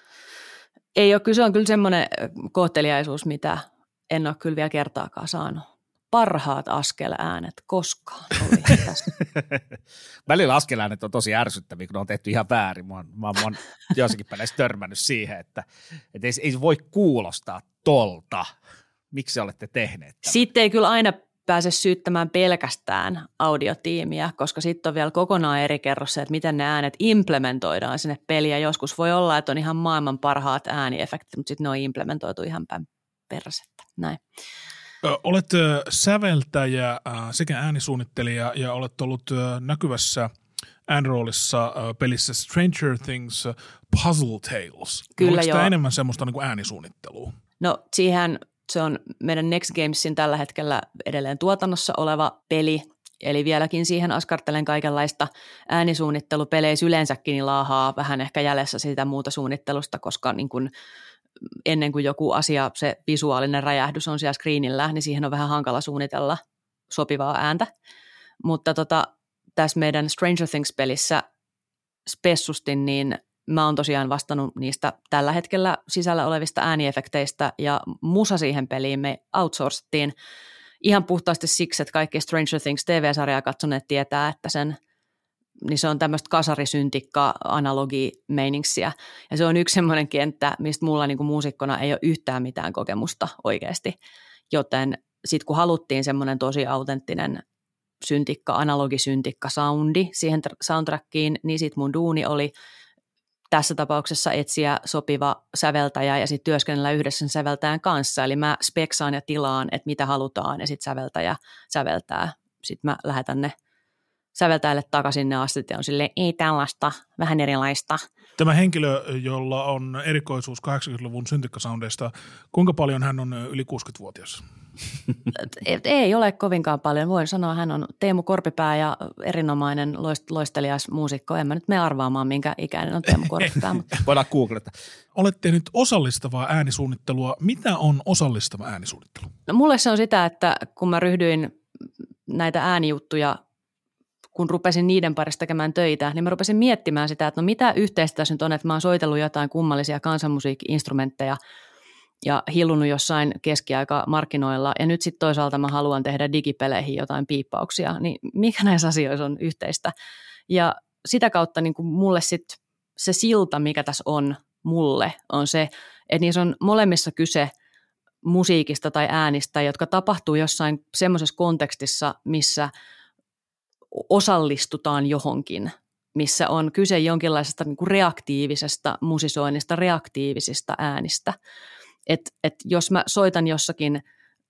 Ei ole, kyllä se on kyllä semmoinen kohteliaisuus, mitä en ole kyllä vielä kertaakaan saanut. Parhaat askeläänet koskaan oli tässä. Välillä askeläänet on tosi ärsyttäviä, kun ne on tehty ihan väärin. Mä oon, mä oon jossakin peleissä törmännyt siihen, että, että ei, ei voi kuulostaa tolta. Miksi olette tehneet tämän? Sitten ei kyllä aina pääse syyttämään pelkästään audiotiimiä, koska sitten on vielä kokonaan eri kerros se, että miten ne äänet implementoidaan sinne peliin. Joskus voi olla, että on ihan maailman parhaat ääniefektit, mutta sitten ne on implementoitu ihan päin persettä. Näin. Olet säveltäjä sekä äänisuunnittelija ja olet ollut näkyvässä äänroolissa pelissä Stranger Things Puzzle Tales. Kyllä Oliko tämä joo. enemmän semmoista niin kuin äänisuunnittelua? No siihen se on meidän Next Gamesin tällä hetkellä edelleen tuotannossa oleva peli, eli vieläkin siihen askartelen kaikenlaista äänisuunnittelupeleissä yleensäkin niin laahaa vähän ehkä jäljessä sitä muuta suunnittelusta, koska niin kuin ennen kuin joku asia, se visuaalinen räjähdys on siellä screenillä, niin siihen on vähän hankala suunnitella sopivaa ääntä. Mutta tota, tässä meidän Stranger Things-pelissä spessusti, niin mä oon tosiaan vastannut niistä tällä hetkellä sisällä olevista ääniefekteistä, ja musa siihen peliin me outsourcettiin ihan puhtaasti siksi, että kaikki Stranger Things T V-sarjaa katsoneet tietää, että sen niin se on tämmöistä kasarisyntikka-analogi-meiningsiä. Ja se on yksi semmoinen kenttä, mistä mulla niin kuin muusikkona ei ole yhtään mitään kokemusta oikeasti. Joten sitten kun haluttiin semmoinen tosi autenttinen syntikka, analogisyntikka-soundi siihen soundtrackiin, niin sitten mun duuni oli tässä tapauksessa etsiä sopiva säveltäjä ja sitten työskennellä yhdessä sen säveltäjän kanssa. Eli mä speksaan ja tilaan, että mitä halutaan, ja sitten säveltäjä säveltää. Sitten mä lähetän ne säveltäjälle takaisin ne astet ja on silleen, ei tällaista, vähän erilaista. Tämä henkilö, jolla on erikoisuus kahdeksankymmentäluvun syntikkasoundeista, kuinka paljon hän on yli kuusikymmentävuotias? Et ei ole kovinkaan paljon. Voin sanoa, hän on Teemu Korpipää ja erinomainen loist- loistelias muusikko. En mä nyt mene arvaamaan, minkä ikäinen on Teemu Korpipää. Mutta Voidaan googlata. Olet tehnyt osallistavaa äänisuunnittelua. Mitä on osallistava äänisuunnittelu? no, mulle se on sitä, että kun mä ryhdyin näitä äänijuttuja, kun rupesin niiden parissa tekemään töitä, niin mä rupesin miettimään sitä, että no mitä yhteistä tässä nyt on, että mä oon soitellut jotain kummallisia kansanmusiikki-instrumentteja ja hillunut jossain keskiaikamarkkinoilla, ja nyt sitten toisaalta mä haluan tehdä digipeleihin jotain piippauksia, niin mikä näissä asioissa on yhteistä? Ja sitä kautta niin kuin mulle sitten se silta, mikä tässä on mulle, on se, että niissä on molemmissa kyse musiikista tai äänistä, jotka tapahtuu jossain semmoisessa kontekstissa, missä osallistutaan johonkin, missä on kyse jonkinlaisesta niin kuin reaktiivisesta musisoinnista, reaktiivisista äänistä. Et, et jos mä soitan jossakin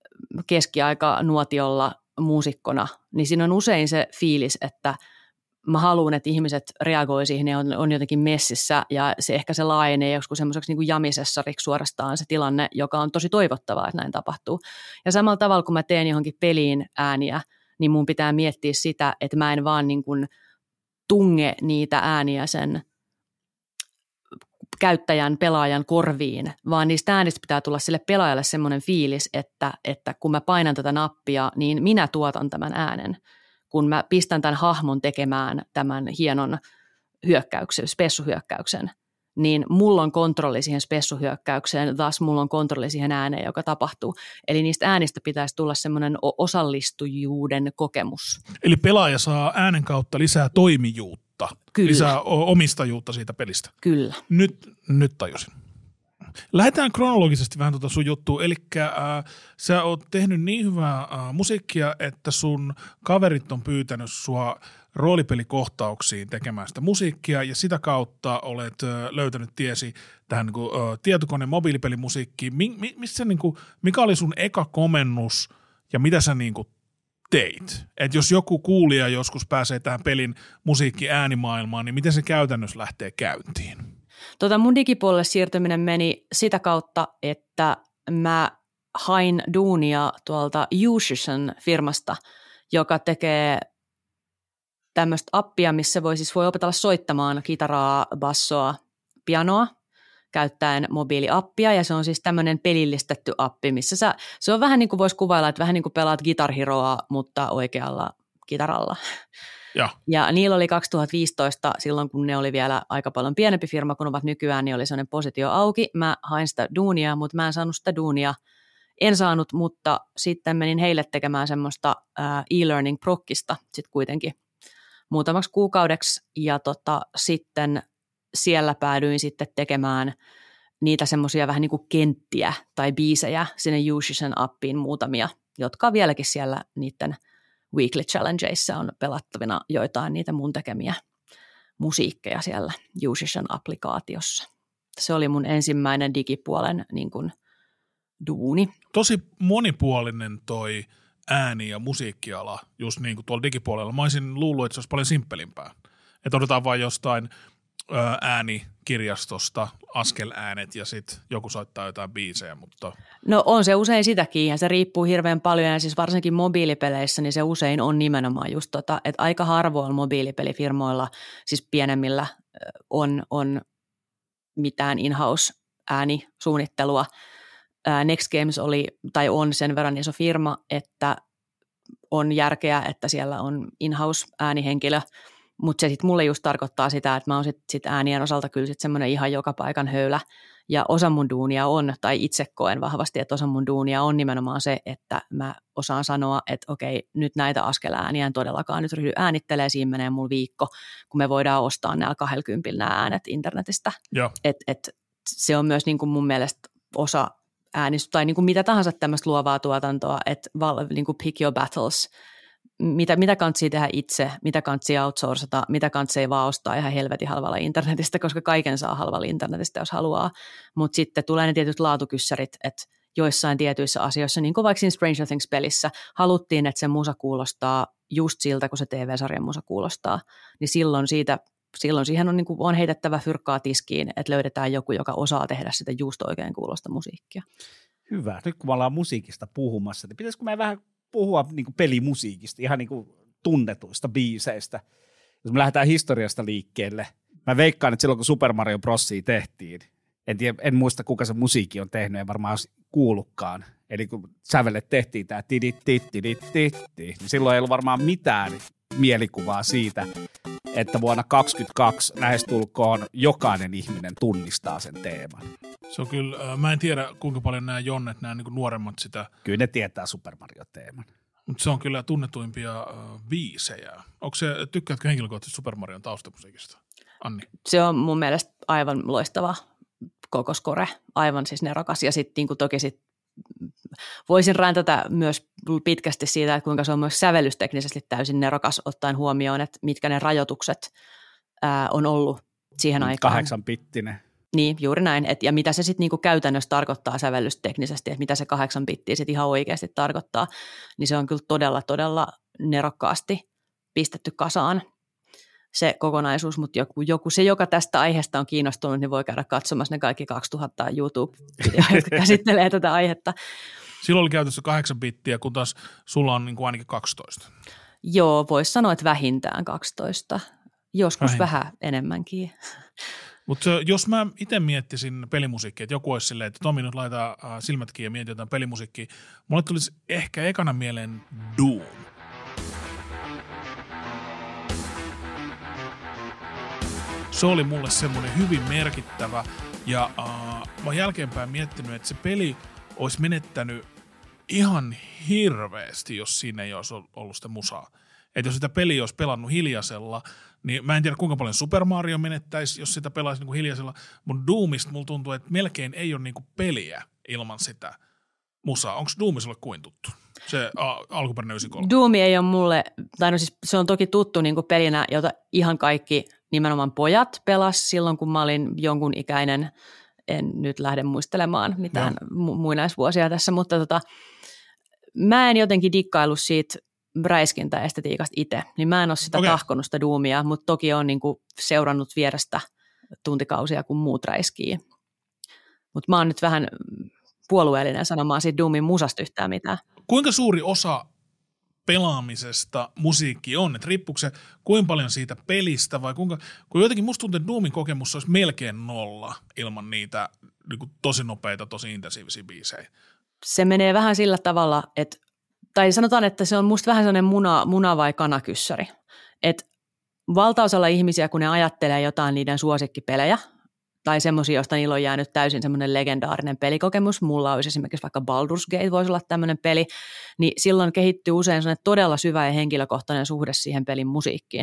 keskiaikanuotiolla muusikkona, niin siinä on usein se fiilis, että mä haluan, että ihmiset reagoi siihen ja on, on jotenkin messissä, ja se ehkä se laajenee joskus semmoiseksi niin kuin jamisessariksi suorastaan se tilanne, joka on tosi toivottavaa, että näin tapahtuu. Ja samalla tavalla, kun mä teen johonkin peliin ääniä, niin mun pitää miettiä sitä, että mä en vaan niin kuin tunge niitä ääniä sen käyttäjän, pelaajan korviin, vaan niistä äänistä pitää tulla sille pelaajalle semmoinen fiilis, että, että kun mä painan tätä nappia, niin minä tuotan tämän äänen. Kun mä pistän tämän hahmon tekemään tämän hienon hyökkäyksen, spessuhyökkäyksen, niin mulla on kontrolli siihen spessuhyökkäykseen, taas mulla on kontrolli siihen ääneen, joka tapahtuu. Eli niistä äänistä pitäisi tulla semmoinen osallistujuuden kokemus. Eli pelaaja saa äänen kautta lisää toimijuutta, Kyllä. lisää omistajuutta siitä pelistä. Kyllä. Nyt, nyt tajusin. Lähdetään kronologisesti vähän tuota sun juttua, eli äh, sä oot tehnyt niin hyvää äh, musiikkia, että sun kaverit on pyytänyt sua roolipelikohtauksiin tekemään sitä musiikkia, ja sitä kautta olet äh, löytänyt tiesi tähän niin kuin, äh, tietokone- mobiilipelimusiikkiin. Mi- mi- missä, niin kuin, mikä oli sun eka komennus, ja mitä sä niin kuin teit? Et jos joku kuulija joskus pääsee tähän pelin musiikki-äänimaailmaan, niin miten se käytännössä lähtee käyntiin? Tota mun digipuolelle siirtyminen meni sitä kautta, että mä hain duunia tuolta Usison firmasta, joka tekee tämmöistä appia, missä voi siis voi opetella soittamaan kitaraa, bassoa, pianoa käyttäen mobiiliappia, ja se on siis tämmöinen pelillistetty appi, missä sä, se on vähän niin kuin voisi kuvailla, että vähän niin kuin pelaat Guitar Heroa, mutta oikealla kitaralla. Ja. ja niillä oli kaksituhattaviisitoista, silloin kun ne oli vielä aika paljon pienempi firma kuin ovat nykyään, niin oli sellainen positio auki. Mä hain sitä duunia, mutta mä en saanut sitä duunia. En saanut, mutta sitten menin heille tekemään semmoista äh, e-learning-prokkista sitten kuitenkin muutamaksi kuukaudeksi. Ja tota, sitten siellä päädyin sitten tekemään niitä semmoisia vähän niin kuin kenttiä tai biisejä sinne Usisen appiin muutamia, jotka on vieläkin siellä niiden Weekly Challengeissa on pelattavina joitain niitä mun tekemiä musiikkeja siellä Usison applikaatiossa. Se oli mun ensimmäinen digipuolen niin kuin, duuni. Tosi monipuolinen toi ääni- ja musiikkiala just niin kuin tuolla digipuolella. Mä olisin luullut, että se olisi paljon simppelimpää. Että otetaan vain jostain ö, äänikirjastosta askeläänet ja sitten joku soittaa jotain biisejä, mutta... No on se usein sitäkin ja se riippuu hirveän paljon ja siis varsinkin mobiilipeleissä niin se usein on nimenomaan just tota, että aika harvoilla mobiilipelifirmoilla, siis pienemmillä on, on mitään in-house äänisuunnittelua. Next Games oli tai on sen verran iso firma, että on järkeä, että siellä on in-house äänihenkilö, mutta se sitten mulle just tarkoittaa sitä, että mä oon sitten sit äänien osalta kyllä sitten semmoinen ihan joka paikan höylä. Ja osa mun duunia on, tai itse koen vahvasti, että osa mun duunia on nimenomaan se, että mä osaan sanoa, että okei, nyt näitä askelääniä en todellakaan nyt ryhdy äänittelee, siinä menee mulla viikko, kun me voidaan ostaa näillä kahdelkympillä nämä äänet internetistä. Et, et se on myös niin kuin mun mielestä osa äänistä, tai niin kuin mitä tahansa tämmöistä luovaa tuotantoa, että niin kuin pick your battles. Mitä, mitä kantsii tehdä itse, mitä kantsii outsourcata, mitä kantsii vaan ostaa ihan helvetin halvalla internetistä, koska kaiken saa halvalla internetistä, jos haluaa. Mutta sitten tulee ne tietyt laatukyssärit, että joissain tietyissä asioissa, niin kuin vaikka siinä Stranger Things-pelissä, haluttiin, että se musa kuulostaa just siltä, kun se T V-sarjan musa kuulostaa, niin silloin, siitä, silloin siihen on, niin kuin, on heitettävä fyrkkaa tiskiin, että löydetään joku, joka osaa tehdä sitä just oikein kuulosta musiikkia. Hyvä. Nyt kun me ollaan musiikista puhumassa, niin pitäisikö me vähän puhua niin kuin pelimusiikista, ihan niin kuin tunnetuista biiseistä. Jos me lähdetään historiasta liikkeelle, mä veikkaan, että silloin kun Super Mario Brosia tehtiin, en, tiedä, en muista kuka se musiikki on tehnyt, en varmaan olisi kuullutkaan. Eli kun sävelet tehtiin tämä tidit-tidit-tidit-tidit, niin silloin ei ollut varmaan mitään mielikuvaa siitä, että vuonna kaksikymmentäkaksi lähestulkoon jokainen ihminen tunnistaa sen teeman. Se on kyllä, mä en tiedä kuinka paljon nämä jonnet, nämä niin nuoremmat sitä. Kyllä ne tietää Super Mario-teeman. Mutta se on kyllä tunnetuimpia uh, biisejä. Onko se, tykkäätkö henkilökohtaisesti Super Marion taustamusiikista, Anni? Se on mun mielestä aivan loistava koko score, aivan siis nerokas. Ja sitten niin toki sit voisin räntätä myös pitkästi siitä, että kuinka se on myös sävellysteknisesti täysin nerokas, ottaen huomioon, että mitkä ne rajoitukset ää, on ollut siihen aikaan. Kahdeksanpittinen. Niin, juuri näin. Et, ja mitä se sitten niinku käytännössä tarkoittaa sävellysteknisesti, että mitä se kahdeksan bittiä sitten ihan oikeasti tarkoittaa, niin se on kyllä todella, todella nerokkaasti pistetty kasaan se kokonaisuus, mutta joku, joku se, joka tästä aiheesta on kiinnostunut, niin voi käydä katsomassa ne kaikki kaksituhatta YouTube-videoita, jotka käsittelee tätä aihetta. Silloin oli käytössä kahdeksan bittiä, kun taas sulla on niin kuin ainakin kaksitoista. Joo, voisi sanoa, että vähintään kaksitoista. Joskus Vähin. vähän enemmänkin. Mutta jos mä itse miettisin pelimusiikkia, että joku olisi silleen, että Tomi nyt laita äh, silmät kiinni ja mieti jotain pelimusiikkia, mulle tulisi ehkä ekana mieleen Doom. Se oli mulle semmoinen hyvin merkittävä ja äh, mä oon jälkeenpäin miettinyt, että se peli olisi menettänyt ihan hirveästi, jos siinä ei olisi ollut sitä musaa. Että jos sitä peliä olisi pelannut hiljaisella, niin mä en tiedä kuinka paljon Super Mario menettäisi, jos sitä pelaisi niinku hiljaisella, mutta Doomista mulla tuntuu, että melkein ei ole niinku peliä ilman sitä musaa. Onko Doom sulle kuin tuttu? Se a, alkuperäinen yhdeksänkymmentäkolme. Doom ei ole mulle, tai no siis se on toki tuttu niinku pelinä, jota ihan kaikki nimenomaan pojat pelas silloin, kun mä olin jonkun ikäinen. En nyt lähde muistelemaan mitään mu- muinaisvuosia tässä, mutta tota, mä en jotenkin dikkaillut siitä räiskintäestetiikasta itse, niin mä en ole sitä okay. tahkonut sitä Doomia, mutta toki olen niinku seurannut vierestä tuntikausia, kun muut räiskii. Mutta mä oon nyt vähän puolueellinen sanomaan siitä Doomin musasta yhtään mitään. Kuinka suuri osa pelaamisesta musiikki on? Et riippuuko se kuinka paljon siitä pelistä vai kuinka, kun jotenkin musta tuntuu, että Doomin kokemus olisi melkein nolla ilman niitä niin kuin tosi nopeita, tosi intensiivisiä biisejä. Se menee vähän sillä tavalla, että tai sanotaan, että se on musta vähän sellainen muna, muna vai kanakyssäri. Että valtaosalla ihmisiä, kun ne ajattelee jotain niiden suosikkipelejä, tai semmoisia, joista niillä on jäänyt täysin semmoinen legendaarinen pelikokemus, mulla olisi esimerkiksi vaikka Baldur's Gate voisi olla tämmöinen peli, niin silloin kehittyy usein sellainen todella syvä ja henkilökohtainen suhde siihen pelin musiikkiin.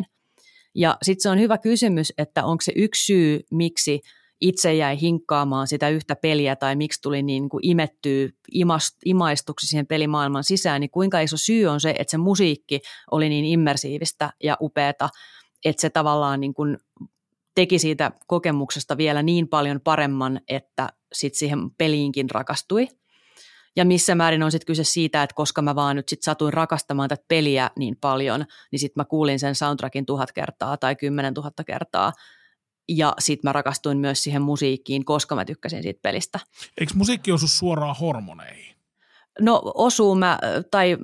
Ja sitten se on hyvä kysymys, että onko se yksi syy, miksi itse jäi hinkkaamaan sitä yhtä peliä tai miksi tuli niin kuin imettyä imaistuksi siihen pelimaailman sisään, niin kuinka iso syy on se, että se musiikki oli niin immersiivistä ja upeata, että se tavallaan niin kuin teki siitä kokemuksesta vielä niin paljon paremman, että sitten siihen peliinkin rakastui. Ja missä määrin on sitten kyse siitä, että koska mä vaan nyt sitten satuin rakastamaan tätä peliä niin paljon, niin sitten mä kuulin sen soundtrackin tuhat kertaa tai kymmenen tuhatta kertaa. Ja sitten mä rakastuin myös siihen musiikkiin, koska mä tykkäsin siitä pelistä. Eikö musiikki osu suoraan hormoneihin? No osuu mä, tai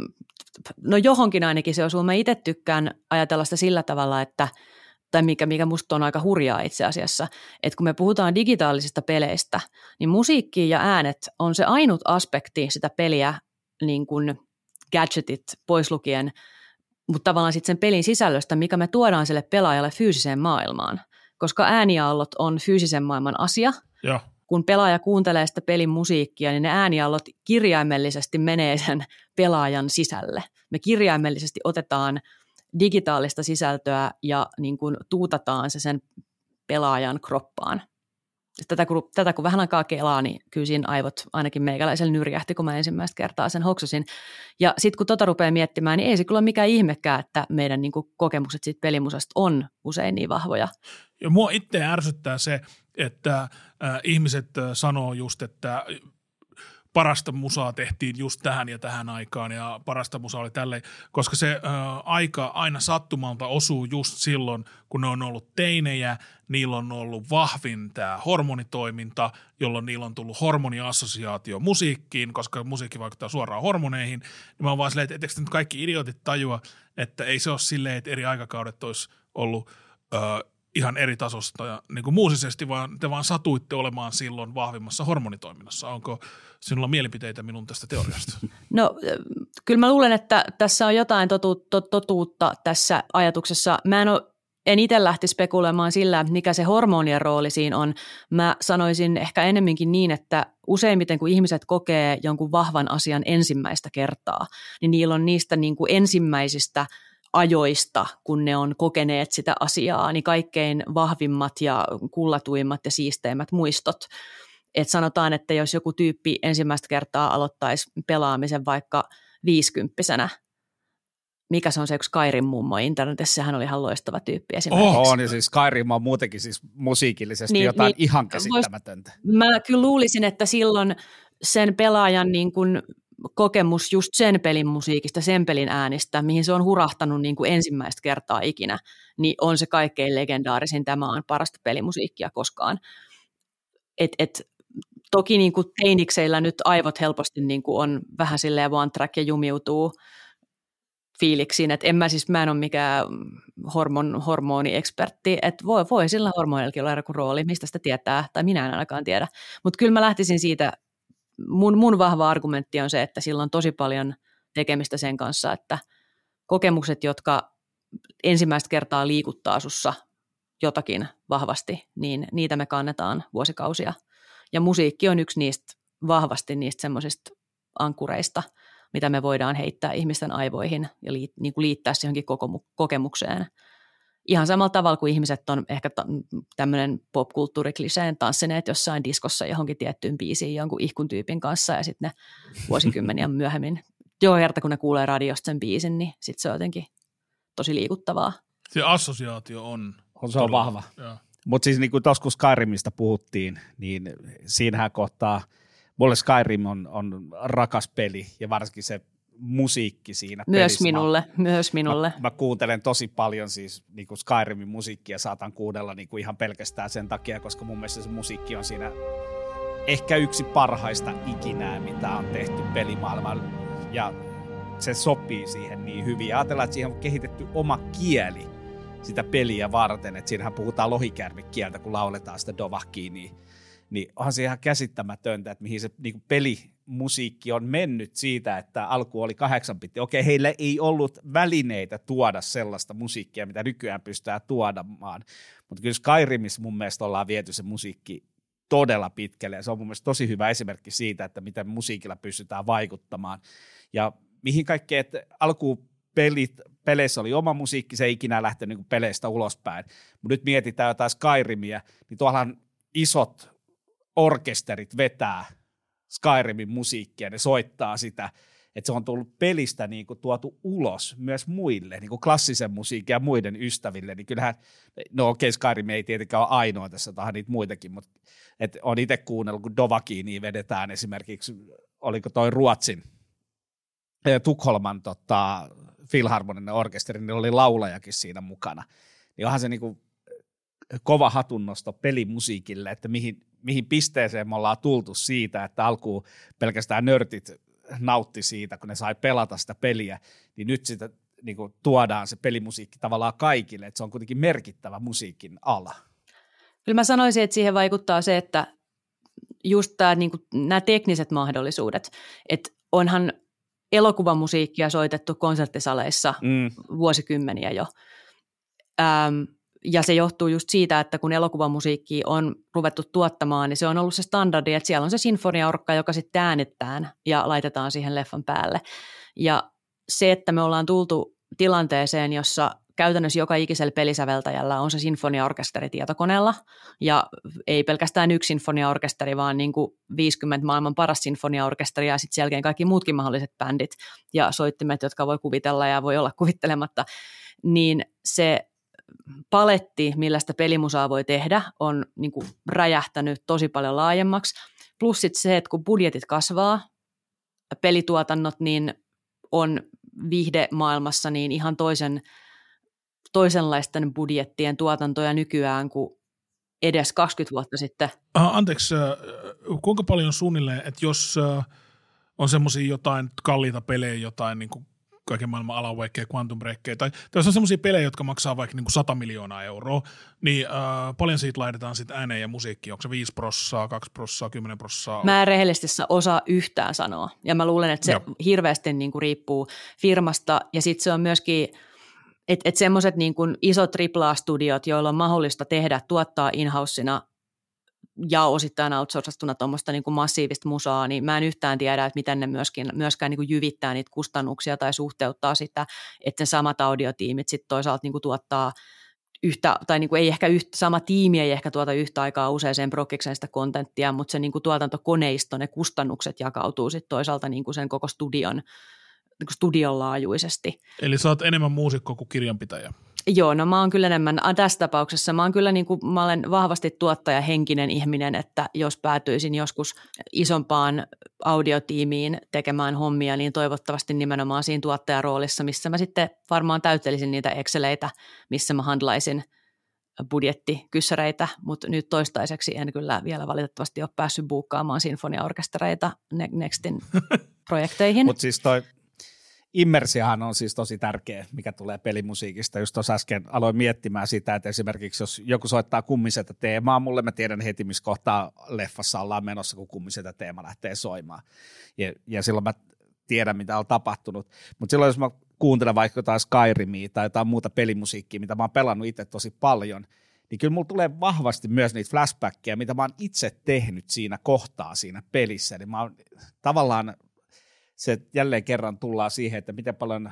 no johonkin ainakin se osuu. Mä itse tykkään ajatella sitä sillä tavalla, että, tai mikä, mikä musta on aika hurjaa itse asiassa, että kun me puhutaan digitaalisista peleistä, niin musiikki ja äänet on se ainut aspekti sitä peliä, niin kuin gadgetit pois lukien, mutta tavallaan sitten sen pelin sisällöstä, mikä me tuodaan sille pelaajalle fyysiseen maailmaan. Koska ääniaallot on fyysisen maailman asia. Ja. Kun pelaaja kuuntelee sitä pelin musiikkia, niin ne ääniaallot kirjaimellisesti menee sen pelaajan sisälle. Me kirjaimellisesti otetaan digitaalista sisältöä ja niin kuin tuutataan se sen pelaajan kroppaan. Tätä kun, tätä kun vähän aikaa kelaa, niin kyllä siinä aivot ainakin meikäläisellä nyrjähti, kun mä ensimmäistä kertaa sen hoksasin. Ja sitten kun tota rupeaa miettimään, niin ei se kyllä ole mikään ihmekään, että meidän niin kuin kokemukset siitä pelimusasta on usein niin vahvoja. Ja mua itse ärsyttää se, että äh, ihmiset äh, sanoo just, että parasta musaa tehtiin just tähän ja tähän aikaan ja parasta musaa oli tälleen, koska se äh, aika aina sattumalta osuu just silloin, kun ne on ollut teinejä, niillä on ollut vahvin tämä hormonitoiminta, jolloin niillä on tullut hormoniassosiaatio musiikkiin, koska musiikki vaikuttaa suoraan hormoneihin. Niin mä oon vaan silleen, että etteikö nyt kaikki idiotit tajua, että ei se ole silleen, että eri aikakaudet olisi ollut äh, ihan eri tasosta ja niin kuin muusisesti, vaan te vaan satuitte olemaan silloin vahvimmassa hormonitoiminnassa. Onko sinulla mielipiteitä minun tästä teoriasta? No kyllä mä luulen, että tässä on jotain totu, tot, totuutta tässä ajatuksessa. Mä en, ole, en itse lähti spekuloimaan sillä, mikä se hormonien rooli siinä on. Mä sanoisin ehkä ennemminkin niin, että useimmiten kun ihmiset kokee jonkun vahvan asian ensimmäistä kertaa, niin niillä on niistä niin kuin ensimmäisistä ajoista, kun ne on kokeneet sitä asiaa, niin kaikkein vahvimmat ja kullatuimmat ja siisteimmät muistot. Et sanotaan, että jos joku tyyppi ensimmäistä kertaa aloittaisi pelaamisen vaikka viisikymppisenä, mikä se on se yksi Skyrim mummo internetissä, sehän oli ihan loistava tyyppi esimerkiksi. Oh, niin siis Skyrim on muutenkin siis musiikillisesti niin, jotain niin, ihan käsittämätöntä. Vois, mä kyllä luulisin, että silloin sen pelaajan niin kuin kokemus just sen pelin musiikista, sen pelin äänistä, mihin se on hurahtanut niin kuin ensimmäistä kertaa ikinä, niin on se kaikkein legendaarisin, tämä on parasta pelimusiikkia koskaan. Et, et, toki niin kuin teinikseillä nyt aivot helposti niin kuin on vähän silleen one track ja jumiutuu fiiliksiin, että en mä siis, mä en ole mikään hormon, hormoniekspertti, että voi, voi sillä hormonillakin olla joku rooli, mistä sitä tietää, tai minä en ainakaan tiedä. Mutta kyllä mä lähtisin siitä, mun, mun vahva argumentti on se, että sillä on tosi paljon tekemistä sen kanssa, että kokemukset, jotka ensimmäistä kertaa liikuttaa sussa jotakin vahvasti, niin niitä me kannetaan vuosikausia. Ja musiikki on yksi niistä vahvasti niistä semmoisista ankkureista, mitä me voidaan heittää ihmisten aivoihin ja liit, niin kuin liittää se johonkin koko, kokemukseen. Ihan samalla tavalla kuin ihmiset on ehkä ta, tämmöinen popkulttuurikliseen tanssineet jossain diskossa johonkin tiettyyn biisiin jonkun ihkun tyypin kanssa ja sitten ne vuosikymmeniä myöhemmin, joo herta kun ne kuulee radiosta sen biisin, niin sitten se on jotenkin tosi liikuttavaa. Se assosiaatio on. on se on vahva. Mutta siis niin kuin tuossa kun Skyrimista puhuttiin, niin siinähän kohtaa mulle Skyrim on, on rakas peli ja varsinkin se musiikki siinä myös pelissä. Minulle, myös minulle. Mä, mä kuuntelen tosi paljon siis niin kuin Skyrimin musiikkia, saatan kuudella niin kuin ihan pelkästään sen takia, koska mun mielestä se musiikki on siinä ehkä yksi parhaista ikinä, mitä on tehty pelimaailmalla ja se sopii siihen niin hyvin. Ja ajatellaan, että siihen on kehitetty oma kieli sitä peliä varten, että siinähän puhutaan lohikäärmekieltä, kun lauletaan sitä Dovahkia, niin, niin onhan se ihan käsittämätöntä, että mihin se niin kuin pelimusiikki on mennyt siitä, että alku oli kahdeksan bitti. Okei, heillä ei ollut välineitä tuoda sellaista musiikkia, mitä nykyään pystytään tuodamaan, mutta kyllä Skyrimissa mun mielestä ollaan viety se musiikki todella pitkälle, ja se on mun mielestä tosi hyvä esimerkki siitä, että miten musiikilla pystytään vaikuttamaan, ja mihin kaikkeen, että alkuun pelit, peleissä oli oma musiikki, se ei ikinä lähtenyt niin peleistä ulospäin. Mutta nyt mietitään jotain Skyrimia, niin tuollahan isot orkesterit vetää Skyrimin musiikkia, ne soittaa sitä, että se on tullut pelistä niin kuin tuotu ulos myös muille, niin kuin klassisen musiikin ja muiden ystäville, niin kyllähän, no okei, okay, Skyrim ei tietenkään ole ainoa tässä, tähän niitä muitakin, mutta et on itse kuunnellut, kun Dovahkia vedetään esimerkiksi, oliko toi Ruotsin, Tukholman tota, filharmoninen orkesteri, niin oli laulajakin siinä mukana. Niin onhan se niinku kova hatunnosto pelimusiikille, että mihin, mihin pisteeseen me ollaan tultu siitä, että alkuun pelkästään nörtit nautti siitä, kun ne sai pelata sitä peliä, niin nyt sitä niinku tuodaan se pelimusiikki tavallaan kaikille, että se on kuitenkin merkittävä musiikin ala. Kyllä mä sanoisin, että siihen vaikuttaa se, että just tää, niinku, nämä tekniset mahdollisuudet, että onhan elokuvamusiikkia soitettu konserttisaleissa mm. vuosikymmeniä jo. Ähm, ja se johtuu just siitä, että kun elokuvamusiikki on ruvettu tuottamaan, niin se on ollut se standardi, että siellä on se sinfoniaorkka, joka sitten äänitetään ja laitetaan siihen leffan päälle. Ja se, että me ollaan tultu tilanteeseen, jossa käytännössä joka ikisellä pelisäveltäjällä on se sinfoniaorkesteri tietokoneella, ja ei pelkästään yksi sinfoniaorkesteri, vaan niin kuin viisikymmentä maailman paras sinfoniaorkesteri, ja sitten sen jälkeen kaikki muutkin mahdolliset bändit ja soittimet, jotka voi kuvitella ja voi olla kuvittelematta, niin se paletti, millä sitä pelimusaa voi tehdä, on niin kuin räjähtänyt tosi paljon laajemmaksi. Plus sitten se, että kun budjetit kasvaa, pelituotannot niin on viihdemaailmassa niin ihan toisen toisenlaisten budjettien tuotantoja nykyään kuin edes kaksikymmentä vuotta sitten. Uh, anteeksi, uh, kuinka paljon suunnilleen, että jos uh, on semmoisia jotain kalliita pelejä, jotain niin kuin kaiken maailman Alan Wakea, Quantum Breakia, tai, tai jos on semmoisia pelejä, jotka maksaa vaikka niin kuin sata miljoonaa euroa, niin uh, paljon siitä laitetaan sitten ääneen ja musiikkiin? Onko se viisi prossaa, kaksi prossaa, kymmenen prossaa? Mä en rehellisesti osaa yhtään sanoa, ja mä luulen, että se Joo. hirveästi niin kuin riippuu firmasta, ja sitten se on myöskin Että et semmoiset niin kuin isot triple A-studiot, joilla on mahdollista tehdä, tuottaa in-housena ja osittain outsourcatuna tuommoista niin kuin massiivista musaa, niin mä en yhtään tiedä, että miten ne myöskin, myöskään niin kuin jyvittää niitä kustannuksia tai suhteuttaa sitä, että ne samat audiotiimit sitten toisaalta niin kuin tuottaa yhtä, tai niin kuin ei ehkä yhtä, sama tiimi ei ehkä tuota yhtä aikaa useaseen prokikseen sitä kontenttia, mutta se niin kuin tuotantokoneisto, ne kustannukset jakautuu sitten toisaalta niin kuin sen koko studion studion laajuisesti. Eli sä oot enemmän muusikko kuin kirjanpitäjä. Joo, no mä oon kyllä enemmän, tässä tapauksessa mä oon kyllä niin kuin, mä olen vahvasti tuottajahenkinen ihminen, että jos päätyisin joskus isompaan audiotiimiin tekemään hommia, niin toivottavasti nimenomaan siinä tuottajaroolissa, missä mä sitten varmaan täyttelisin niitä exceleitä, missä mä handlaisin budjettikyssäreitä, mutta nyt toistaiseksi en kyllä vielä valitettavasti ole päässyt buukkaamaan sinfoniaorkestereita Nextin projekteihin. Mutta siis toi immersiohan on siis tosi tärkeä, mikä tulee pelimusiikista. Just tuossa äsken aloin miettimään sitä, että esimerkiksi jos joku soittaa kummisetä teemaa mulle, mä tiedän heti, missä kohtaa leffassa ollaan menossa, kun kummisetä teema lähtee soimaan. Ja, ja silloin mä tiedän, mitä on tapahtunut. Mutta silloin, jos mä kuuntelen vaikka jotain Skyrimia tai jotain muuta pelimusiikkia, mitä mä oon pelannut itse tosi paljon, niin kyllä mulla tulee vahvasti myös niitä flashbackkejä, mitä mä oon itse tehnyt siinä kohtaa siinä pelissä. Eli mä oon tavallaan se jälleen kerran tullaan siihen, että miten paljon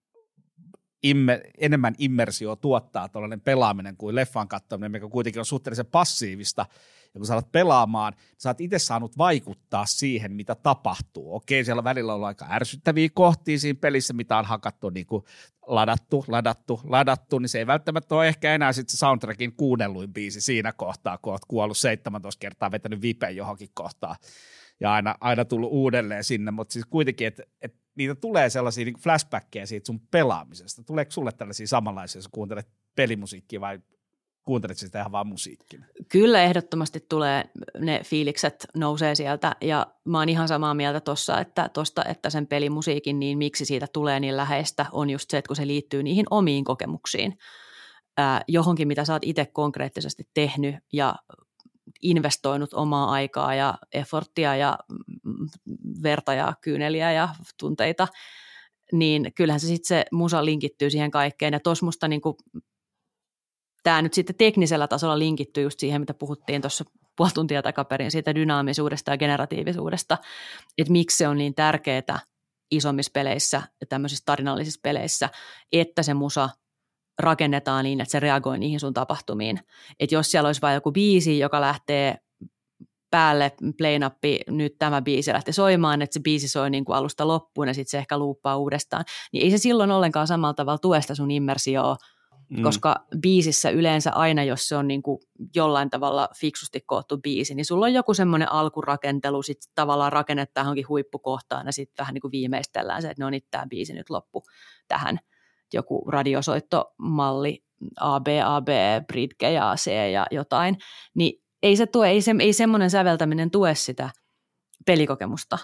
imme, enemmän immersio tuottaa tuollainen pelaaminen kuin leffan katsominen, mikä kuitenkin on suhteellisen passiivista. Ja kun sä alat pelaamaan, sä oot itse saanut vaikuttaa siihen, mitä tapahtuu. Okei, siellä välillä on ollut aika ärsyttäviä kohtia siinä pelissä, mitä on hakattu, niin kuin ladattu, ladattu, ladattu, niin se ei välttämättä ole ehkä enää sitten se soundtrackin kuunnelluin biisi siinä kohtaa, kun oot kuollut seitsemäntoista kertaa, vetänyt vipen johonkin kohtaan. Ja aina, aina tullut uudelleen sinne, mutta siis kuitenkin, että et niitä tulee sellaisia niin flashbackkejä siitä sun pelaamisesta. Tuleeko sulle tällaisia samanlaisia, jos kuuntelet pelimusiikkia vai kuuntelet sitä ihan vaan musiikkina? Kyllä ehdottomasti tulee, ne fiilikset nousee sieltä ja mä oon ihan samaa mieltä tuossa, että, tosta, että sen pelimusiikin, niin miksi siitä tulee niin läheistä, on just se, että kun se liittyy niihin omiin kokemuksiin, äh, johonkin mitä sä oot itse konkreettisesti tehnyt ja investoinut omaa aikaa ja efforttia ja verta ja kyyneliä ja tunteita, niin kyllähän se sitten se musa linkittyy siihen kaikkeen. Ja tuossa musta niinku, tämä nyt sitten teknisellä tasolla linkittyy just siihen, mitä puhuttiin tuossa puoli tuntia takaperin siitä dynaamisuudesta ja generatiivisuudesta, että miksi se on niin tärkeää isommissa peleissä ja tämmöisissä tarinallisissa peleissä, että se musa rakennetaan niin, että se reagoi niihin sun tapahtumiin. Että jos siellä olisi vain joku biisi, joka lähtee päälle, play-nappi, nyt tämä biisi lähtee soimaan, että se biisi soi niin kuin alusta loppuun ja sitten se ehkä luuppaa uudestaan, niin ei se silloin ollenkaan samalla tavalla tuesta sun immersioon, mm. koska biisissä yleensä aina, jos se on niin kuin jollain tavalla fiksusti koottu biisi, niin sulla on joku semmoinen alkurakentelu, sitten tavallaan rakennetaan johonkin huippukohtaan ja sitten vähän niin kuin viimeistellään se, että no niin, tämä biisi nyt loppu tähän. Joku radiosoittomalli, A, B, A, B, Bridge ja C ja jotain, niin ei, se tue, ei, se, ei semmoinen säveltäminen tue sitä pelikokemusta.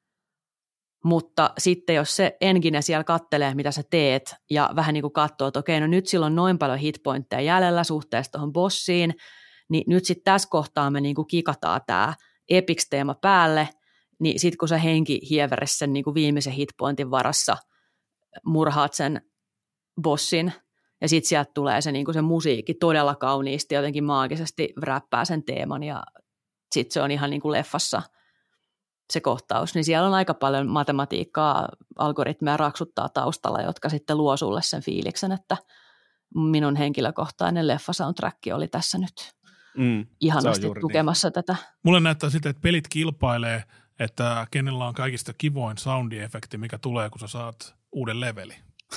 Mutta sitten jos se engine siellä kattelee, mitä sä teet, ja vähän niin kuin katsoo, että okei, no nyt sillä on noin paljon hitpointteja jäljellä suhteessa tuohon bossiin, niin nyt sitten tässä kohtaa me niin kuin kikataan tämä Epic-teema päälle, niin sitten kun sä henki hieveressä sen niin kuin viimeisen hitpointin varassa murhaat sen bossin, ja sitten sieltä tulee se, niin kuin se musiikki todella kauniisti, jotenkin maagisesti räppää sen teeman, ja sitten se on ihan niin kuin leffassa se kohtaus. Niin siellä on aika paljon matematiikkaa, algoritmeja raksuttaa taustalla, jotka sitten luo sulle sen fiiliksen, että minun henkilökohtainen leffasoundtrack oli tässä nyt mm, ihanasti tukemassa niin. tätä. Mulle näyttää siltä, että pelit kilpailee, että kenellä on kaikista kivoin soundiefekti, mikä tulee, kun sä saat uuden leveli.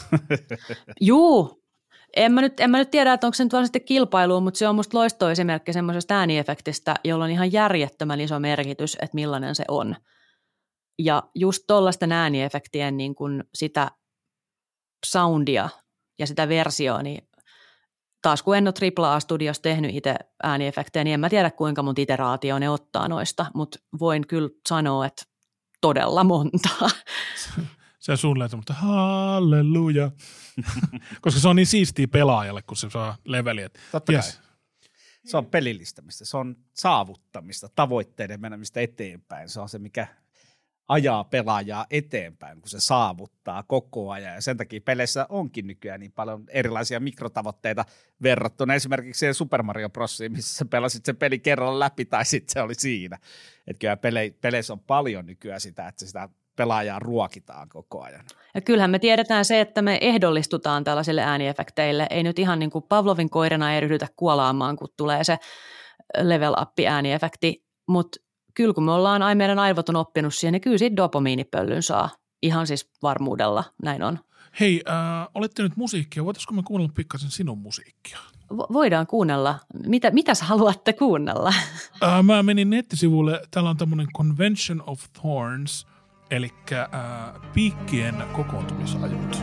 Juu, en mä, nyt, en mä nyt tiedä, että onko se nyt vaan sitten kilpailuun, mutta se on musta loistava esimerkki semmoisesta ääniefektistä, jolla on ihan järjettömän iso merkitys, että millainen se on. Ja just tollaisten ääniefektien niin kun sitä soundia ja sitä versioa, niin taas kun en ole Triple A-studiossa tehnyt itse ääniefektejä, niin en mä tiedä kuinka mun iteraatio ne ottaa noista, mutta voin kyllä sanoa, että todella montaa. Se on suunnilleen semmoista halleluja, koska se on niin siistiä pelaajalle, kun se saa leveli. Totta yes. kai. Se on pelillistämistä, se on saavuttamista, tavoitteiden menemistä eteenpäin. Se on se, mikä ajaa pelaajaa eteenpäin, kun se saavuttaa koko ajan. Ja sen takia peleissä onkin nykyään niin paljon erilaisia mikrotavoitteita verrattuna esimerkiksi siihen Super Mario Brosiin, missä sä pelasit sen peli kerralla läpi tai sitten se oli siinä. Että kyllä pele- peleissä on paljon nykyään sitä, että sitä pelaajaa ruokitaan koko ajan. Ja kyllähän me tiedetään se, että me ehdollistutaan tällaisille ääniefekteille. Ei nyt ihan niin kuin Pavlovin koirana ei ryhdytä kuolaamaan, kun tulee se level up ääniefekti, mutta kyllä kun me ollaan, ai meidän aivot on oppinut siihen, niin kyllä siitä dopamiinipöllyn saa. Ihan siis varmuudella, näin on. Hei, äh, olette nyt musiikkia. Voitaisiko me kuunnella pikkasen sinun musiikkia? Vo- voidaan kuunnella. Mitä, mitä sä haluatte kuunnella? Äh, mä menin nettisivuille. Täällä on tämmöinen Convention of Thorns, eli äh, piikkien kokoontumisajut.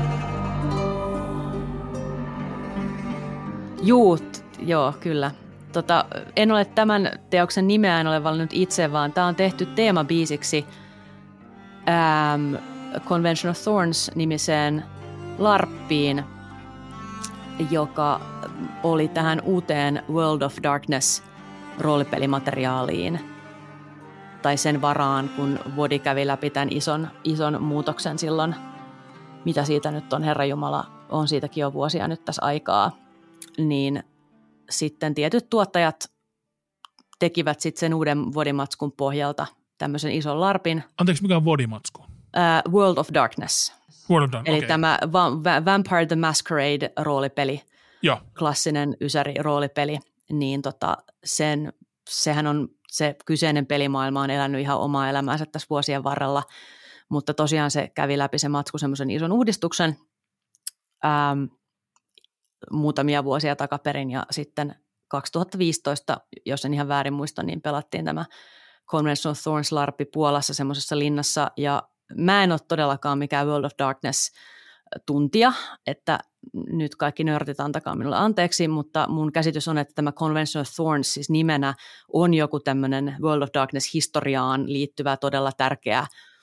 Juut, joo, kyllä. Tota, en ole tämän teoksen nimeä, en ole valinnut itse, vaan tämä on tehty teemabiisiksi ähm, Convention of Thorns-nimiseen larppiin, joka oli tähän uuteen World of Darkness-roolipelimateriaaliin tai sen varaan, kun Vodi kävi läpi tämän ison, ison muutoksen silloin, mitä siitä nyt on, Herranjumala, on siitäkin jo vuosia nyt tässä aikaa, niin sitten tietyt tuottajat tekivät sitten sen uuden Vodimatskun pohjalta tämmöisen ison larpin. Anteeksi, mikä on Vodimatsku? Uh, World of Darkness. World of Darkness, Eli okay. tämä Va- Va- Vampire the Masquerade-roolipeli, Joo. klassinen ysäri-roolipeli, niin tota, sen, sehän on, se kyseinen pelimaailma on elänyt ihan omaa elämäänsä tässä vuosien varrella, mutta tosiaan se kävi läpi se matsku semmoisen ison uudistuksen ähm, muutamia vuosia takaperin, ja sitten kaksituhattaviisitoista, jos en ihan väärin muista, niin pelattiin tämä Convention of Thorns -larppi Puolassa semmoisessa linnassa, ja mä en ole todellakaan mikään World of Darkness-tuntija, että nyt kaikki nörtit antakaa minulle anteeksi, mutta mun käsitys on, että tämä Convention of Thorns siis nimenä on joku tämmöinen World of Darkness-historiaan liittyvä todella tärkeä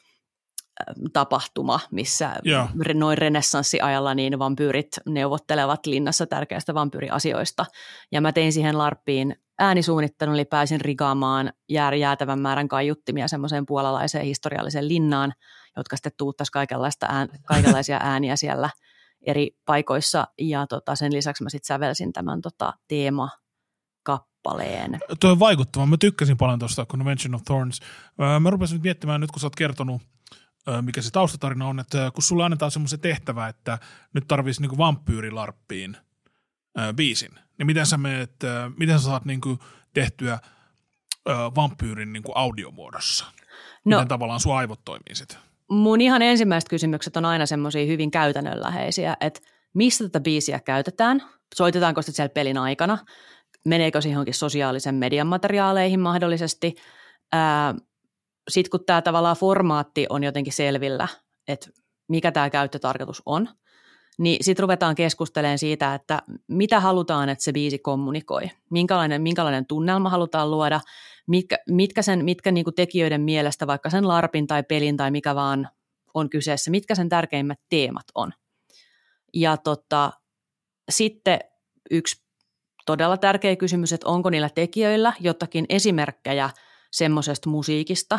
tapahtuma, missä Joo. noin renessanssiajalla niin vampyyrit neuvottelevat linnassa tärkeistä vampyyriasioista. Ja mä tein siihen larppiin äänisuunnittelun, eli pääsin rigaamaan jää, jäätävän määrän kaiuttimia semmoiseen puolalaiseen historialliseen linnaan, jotka sitten tuuttaisi kaikenlaista ään, kaikenlaisia ääniä siellä eri paikoissa. Ja tota, sen lisäksi mä sitten sävelsin tämän tota, teemakappaleen. Tuo on vaikuttava. Mä tykkäsin paljon tuosta Convention of Thorns. Mä rupesin nyt miettimään nyt, kun sä oot kertonut, mikä se taustatarina on, että kun sulle annetaan semmoisen tehtävä, että nyt tarvitsisi niinku vampyyrilarppiin ää, biisin, niin miten sä, meet, ää, miten sä saat niinku tehtyä ää, vampyyrin niinku audiomuodossa? No, miten tavallaan sun aivot toimii sit? Mun ihan ensimmäiset kysymykset on aina semmoisia hyvin käytännönläheisiä, että mistä tätä biisiä käytetään, soitetaanko sitä siellä pelin aikana, meneekö se johonkin sosiaalisen median materiaaleihin mahdollisesti, ää, sitten kun tämä tavallaan formaatti on jotenkin selvillä, että mikä tämä käyttötarkoitus on, niin sitten ruvetaan keskustelemaan siitä, että mitä halutaan, että se biisi kommunikoi, minkälainen, minkälainen tunnelma halutaan luoda, mitkä, mitkä, sen, mitkä niinku tekijöiden mielestä, vaikka sen larpin tai pelin tai mikä vaan on kyseessä, mitkä sen tärkeimmät teemat on. Ja tota, sitten yksi todella tärkeä kysymys, että onko niillä tekijöillä jotakin esimerkkejä semmoisesta musiikista,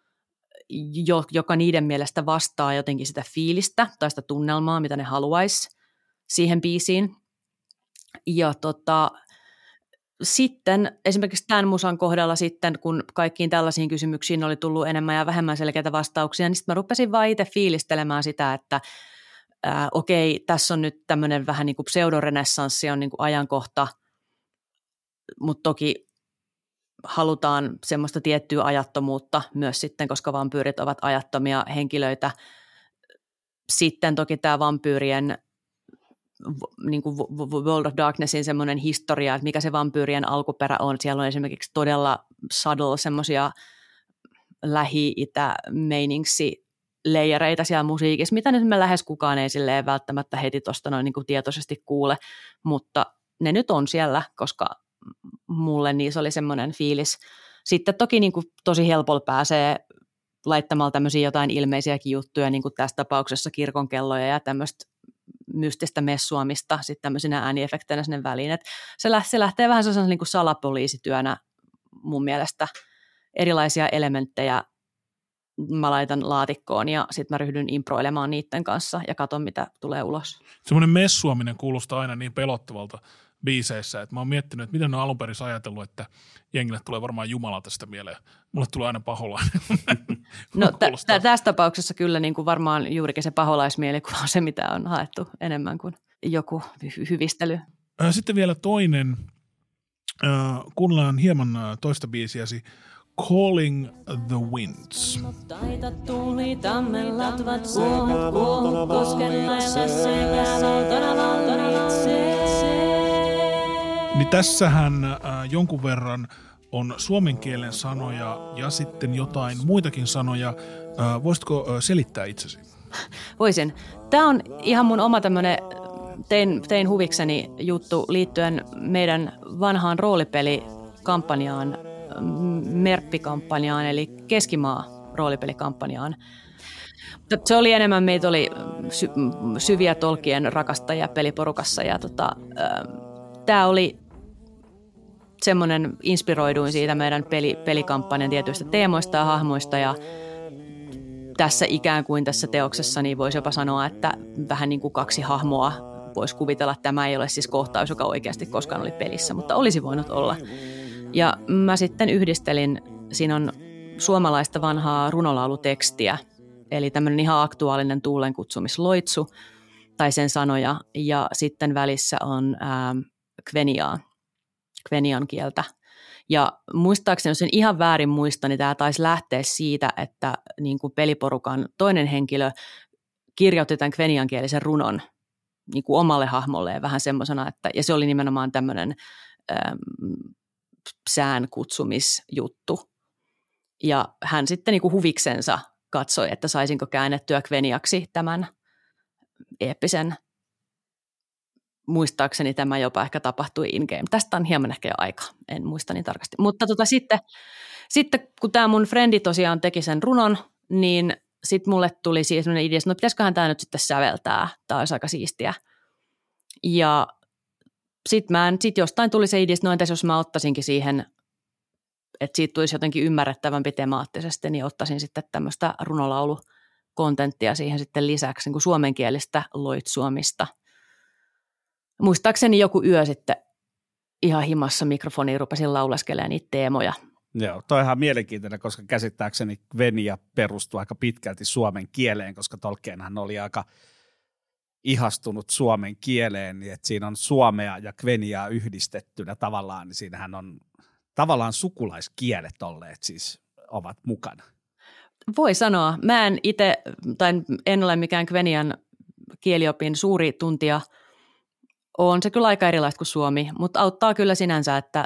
joka niiden mielestä vastaa jotenkin sitä fiilistä tai sitä tunnelmaa, mitä ne haluaisi siihen biisiin. Ja tota, sitten esimerkiksi tämän musan kohdalla sitten, kun kaikkiin tällaisiin kysymyksiin oli tullut enemmän ja vähemmän selkeitä vastauksia, niin sitten mä rupesin vaan itse fiilistelemään sitä, että ää, okei, tässä on nyt tämmöinen vähän niin kuin pseudorenessanssi on niin kuin ajankohta, mutta toki halutaan semmoista tiettyä ajattomuutta myös sitten, koska vampyyrit ovat ajattomia henkilöitä. Sitten toki tämä vampyyrien niin kuin World of Darknessin semmoinen historia, että mikä se vampyyrien alkuperä on. Siellä on esimerkiksi todella subtle semmoisia lähi-itä-meiningsi leijereitä siellä musiikissa, mitä nyt me lähes kukaan ei silleen välttämättä heti tuosta noin niin kuin tietoisesti kuule, mutta ne nyt on siellä, koska mulle niissä oli semmoinen fiilis. Sitten toki niin kuin tosi helpolla pääsee laittamalla tämmöisiä jotain ilmeisiäkin juttuja, niin kuin tässä tapauksessa kirkonkelloja ja tämmöistä mystistä messuamista sitten tämmöisinä ääniefekteinä sinne väliin. Et se, lähtee, se lähtee vähän sellaisen niin kuin salapoliisityönä mun mielestä. Erilaisia elementtejä mä laitan laatikkoon ja sitten mä ryhdyn improilemaan niiden kanssa ja katon, mitä tulee ulos. Semmoinen messuaminen kuulostaa aina niin pelottavalta biiseissä, että mä oon miettinyt, että miten ne on alun perin ajatellut, että jengille tulee varmaan Jumala tästä mieleen. Mulle tulee aina paholainen. No t- t- tässä tapauksessa kyllä niin kuin varmaan juurikin se paholaismielikuva on se, mitä on haettu enemmän kuin joku hy- hyvistely. Sitten vielä toinen, kuunnellaan hieman toista biisiäsi, Calling the Winds. Taita tuuli tammellatvat kuohut kuohut koskella sekä lautana valtitsee. Niin tässähän äh, jonkun verran on suomen kielen sanoja ja sitten jotain muitakin sanoja. Äh, voisitko äh, selittää itsesi? Voisin. Tämä on ihan mun oma tämmöinen, tein, tein huvikseni juttu liittyen meidän vanhaan roolipelikampanjaan, merppikampanjaan, eli Keskimaa roolipelikampanjaan. Se oli enemmän, meitä oli sy- syviä Tolkien rakastajia peliporukassa ja tota, äh, tämä oli semmoinen, inspiroiduin siitä meidän peli, pelikampanjan tietyistä teemoista ja hahmoista ja tässä ikään kuin tässä teoksessa niin voisi jopa sanoa, että vähän niin kuin kaksi hahmoa voisi kuvitella, että tämä ei ole siis kohtaus, joka oikeasti koskaan oli pelissä, mutta olisi voinut olla. Ja mä sitten yhdistelin, siinä on suomalaista vanhaa runolaulutekstiä, eli tämmöinen ihan aktuaalinen tuulen kutsumisloitsu tai sen sanoja, ja sitten välissä on ää, kveniaa, kvenian kieltä. Ja muistaakseni, jos en ihan väärin muista, niin tämä taisi lähteä siitä, että niin kuin peliporukan toinen henkilö kirjoitti tämän kveniankielisen runon niin kuin omalle hahmolleen vähän semmoisena, että, ja se oli nimenomaan tämmöinen äm, sään kutsumisjuttu. Ja hän sitten niin kuin huviksensa katsoi, että saisinko käännettyä kveniaksi tämän eeppisen. Muistaakseni tämä jopa ehkä tapahtui in-game. Tästä on hieman ehkä jo aikaa, en muista niin tarkasti. Mutta tota, sitten, sitten kun tämä mun frendi tosiaan teki sen runon, niin sitten mulle tuli siis sellainen idea, että no pitäisiköhän tämä nyt sitten säveltää, tämä olisi aika siistiä. Ja sitten sit jostain tuli se idea, että no entäs jos mä ottaisinkin siihen, että siitä tulisi jotenkin ymmärrettävämpi temaattisesti, niin ottaisin sitten tämmöistä runolaulukontenttia siihen sitten lisäksi, niin kuin suomenkielistä loitsuamista. Muistaakseni joku yö sitten ihan himassa mikrofoniin rupesin laulaskelemaan niitä teemoja. Joo, toi on ihan mielenkiintoinen, koska käsittääkseni Kvenia perustuu aika pitkälti suomen kieleen, koska Tolkienhan oli aika ihastunut suomen kieleen, niin että siinä on suomea ja Kveniaa yhdistettynä tavallaan, niin siinähän on tavallaan sukulaiskielet olleet siis ovat mukana. Voi sanoa. Mä en itse, tai en ole mikään Kvenian kieliopin suuri tuntija. On se kyllä aika erilaista kuin suomi, mutta auttaa kyllä sinänsä, että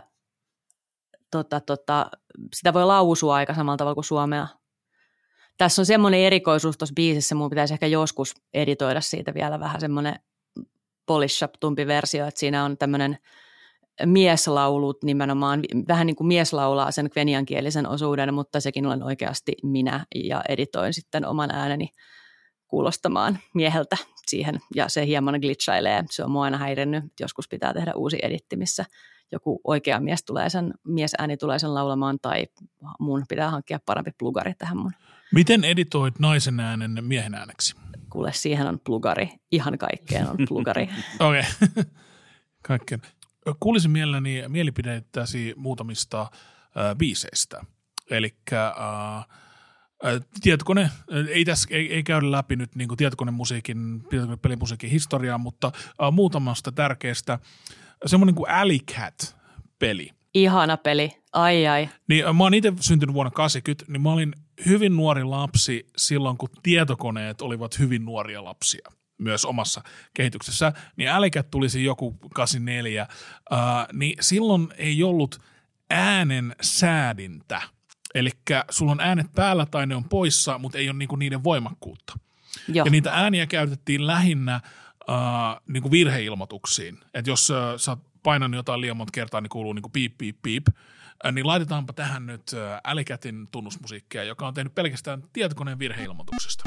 tota, tota, sitä voi lausua aika samalla tavalla kuin suomea. Tässä on semmoinen erikoisuus tuossa biisissä, mun pitäisi ehkä joskus editoida siitä vielä vähän semmoinen polish up-tumpi versio, että siinä on tämmöinen mieslaulut nimenomaan, vähän niin kuin mies laulaa sen kveniankielisen osuuden, mutta sekin olen oikeasti minä ja editoin sitten oman ääneni kuulostamaan mieheltä siihen ja se hieman glitchailee. Se on mua aina häirinnyt, joskus pitää tehdä uusi editti, missä joku oikea mies tulee sen, miesääni tulee sen laulamaan tai mun pitää hankkia parempi plugari tähän mun. Miten editoit naisen äänen miehen ääneksi? Kuule, siihen on plugari. Ihan kaikkeen on plugari. Okei. Okay. Kaikkeen. Kuulisin mielelläni mielipideittäsi muutamista äh, biiseistä. Elikkä äh, tietokone, ei, tässä, ei, ei käydä läpi nyt niin kuin tietokonemusiikin, tietokonepelimusiikin historiaa, mutta äh, muutamasta tärkeästä. Semmoinen kuin Alley Cat-peli. Ihana peli, ai ai. Niin, mä oon itse syntynyt vuonna kahdeksankymmentä, niin mä olin hyvin nuori lapsi silloin, kun tietokoneet olivat hyvin nuoria lapsia myös omassa kehityksessä. Niin Alley Cat tulisi joku kahdeksankymmentäneljä, uh, niin silloin ei ollut äänen säädintä. Eli sulla on äänet päällä tai ne on poissa, mutta ei ole niinku niiden voimakkuutta. Joo. Ja niitä ääniä käytettiin lähinnä Uh, niin kuin virheilmoituksiin. Että jos uh, sä oot painanut jotain liian monta kertaa, niin kuuluu niin kuin piip, piip, piip, uh, niin laitetaanpa tähän nyt uh, Alley Catin tunnusmusiikkia, joka on tehnyt pelkästään tietokoneen virheilmoituksesta.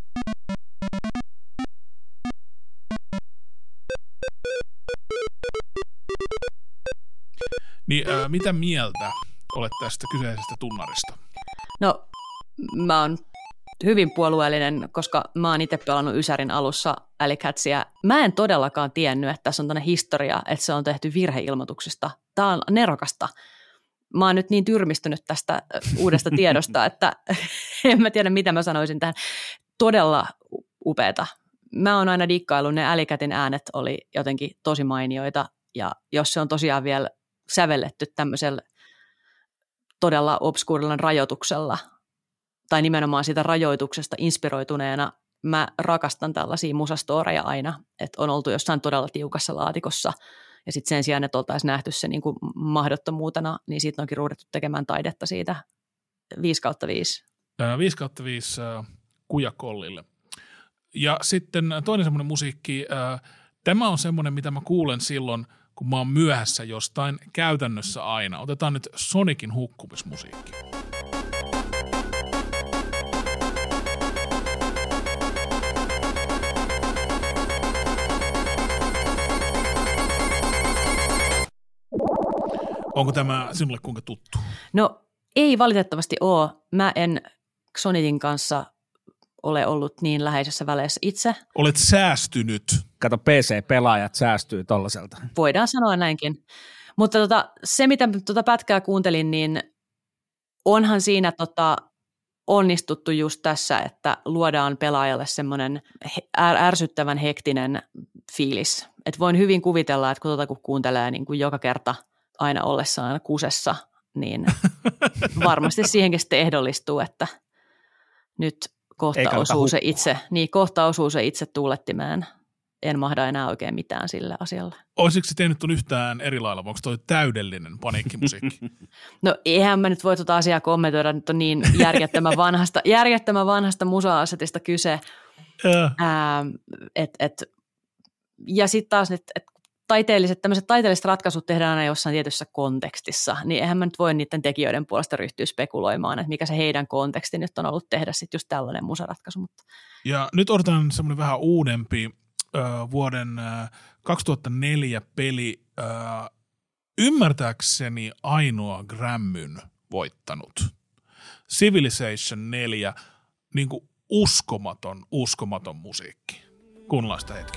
Niin uh, mitä mieltä olet tästä kyseisestä tunnarista? No, mä oon hyvin puolueellinen, koska mä oon itse pelannut Ysärin alussa Alley Catsia. Mä en todellakaan tiennyt, että tässä on tämmöinen historia, että se on tehty virheilmoituksista. Tää on nerokasta. Mä oon nyt niin tyrmistynyt tästä uudesta tiedosta, että en mä tiedä, mitä mä sanoisin tähän. Todella upeata. Mä oon aina dikkaillut, ne Alley Catin äänet oli jotenkin tosi mainioita, ja jos se on tosiaan vielä sävelletty tämmöisellä todella obskuurilla rajoituksella, tai nimenomaan siitä rajoituksesta inspiroituneena, mä rakastan tällaisia musastoreja aina, että on oltu jossain todella tiukassa laatikossa, ja sitten sen sijaan, että oltaisiin nähty se niin kuin mahdottomuutena, niin siitä onkin ruudettu tekemään taidetta siitä viisi kautta viisi. viisi kautta viisi Kujakollille. Ja sitten toinen semmoinen musiikki, tämä on semmoinen, mitä mä kuulen silloin, kun mä oon myöhässä jostain käytännössä aina. Otetaan nyt Sonicin hukkumismusiikki. Onko tämä sinulle kuinka tuttu? No ei valitettavasti ole. Mä en Xonitin kanssa ole ollut niin läheisessä väleissä itse. Olet säästynyt. Kato, P C-pelaajat säästyy tollaiselta. Voidaan sanoa näinkin. Mutta tota, se, mitä tuota pätkää kuuntelin, niin onhan siinä tota, onnistuttu just tässä, että luodaan pelaajalle semmoinen ärsyttävän hektinen fiilis. Et voin hyvin kuvitella, että kun, tuota, kun kuuntelee niin kuin joka kerta aina ollessaan kusessa, niin varmasti siihenkin sitten ehdollistuu, että nyt kohta osuu, se itse, niin kohta osuu se itse tuulettimeen. En mahda enää oikein mitään sille asialle. Olisiko se tehnyt yhtään eri lailla? Onko toi täydellinen paniikkimusiikki? No eihän mä nyt voi tuota asiaa kommentoida, nyt on niin järjettömän vanhasta, järjettömän vanhasta musa-asetista kyse. Ää, et, et, ja sitten taas, että et taiteelliset, tämmöiset taiteelliset ratkaisut tehdään aina jossain tietyssä kontekstissa, niin eihän mä nyt voi niiden tekijöiden puolesta ryhtyä spekuloimaan, että mikä se heidän konteksti nyt on ollut tehdä sitten just tällainen musaratkaisu. Mutta. Ja nyt odotan semmoinen vähän uudempi äh, vuoden äh, kaksituhattaneljä peli, äh, ymmärtääkseni ainoa Grammyn voittanut. Civilization neljä, niin kuin uskomaton, uskomaton musiikki. Kuunnellaan sitä hetki.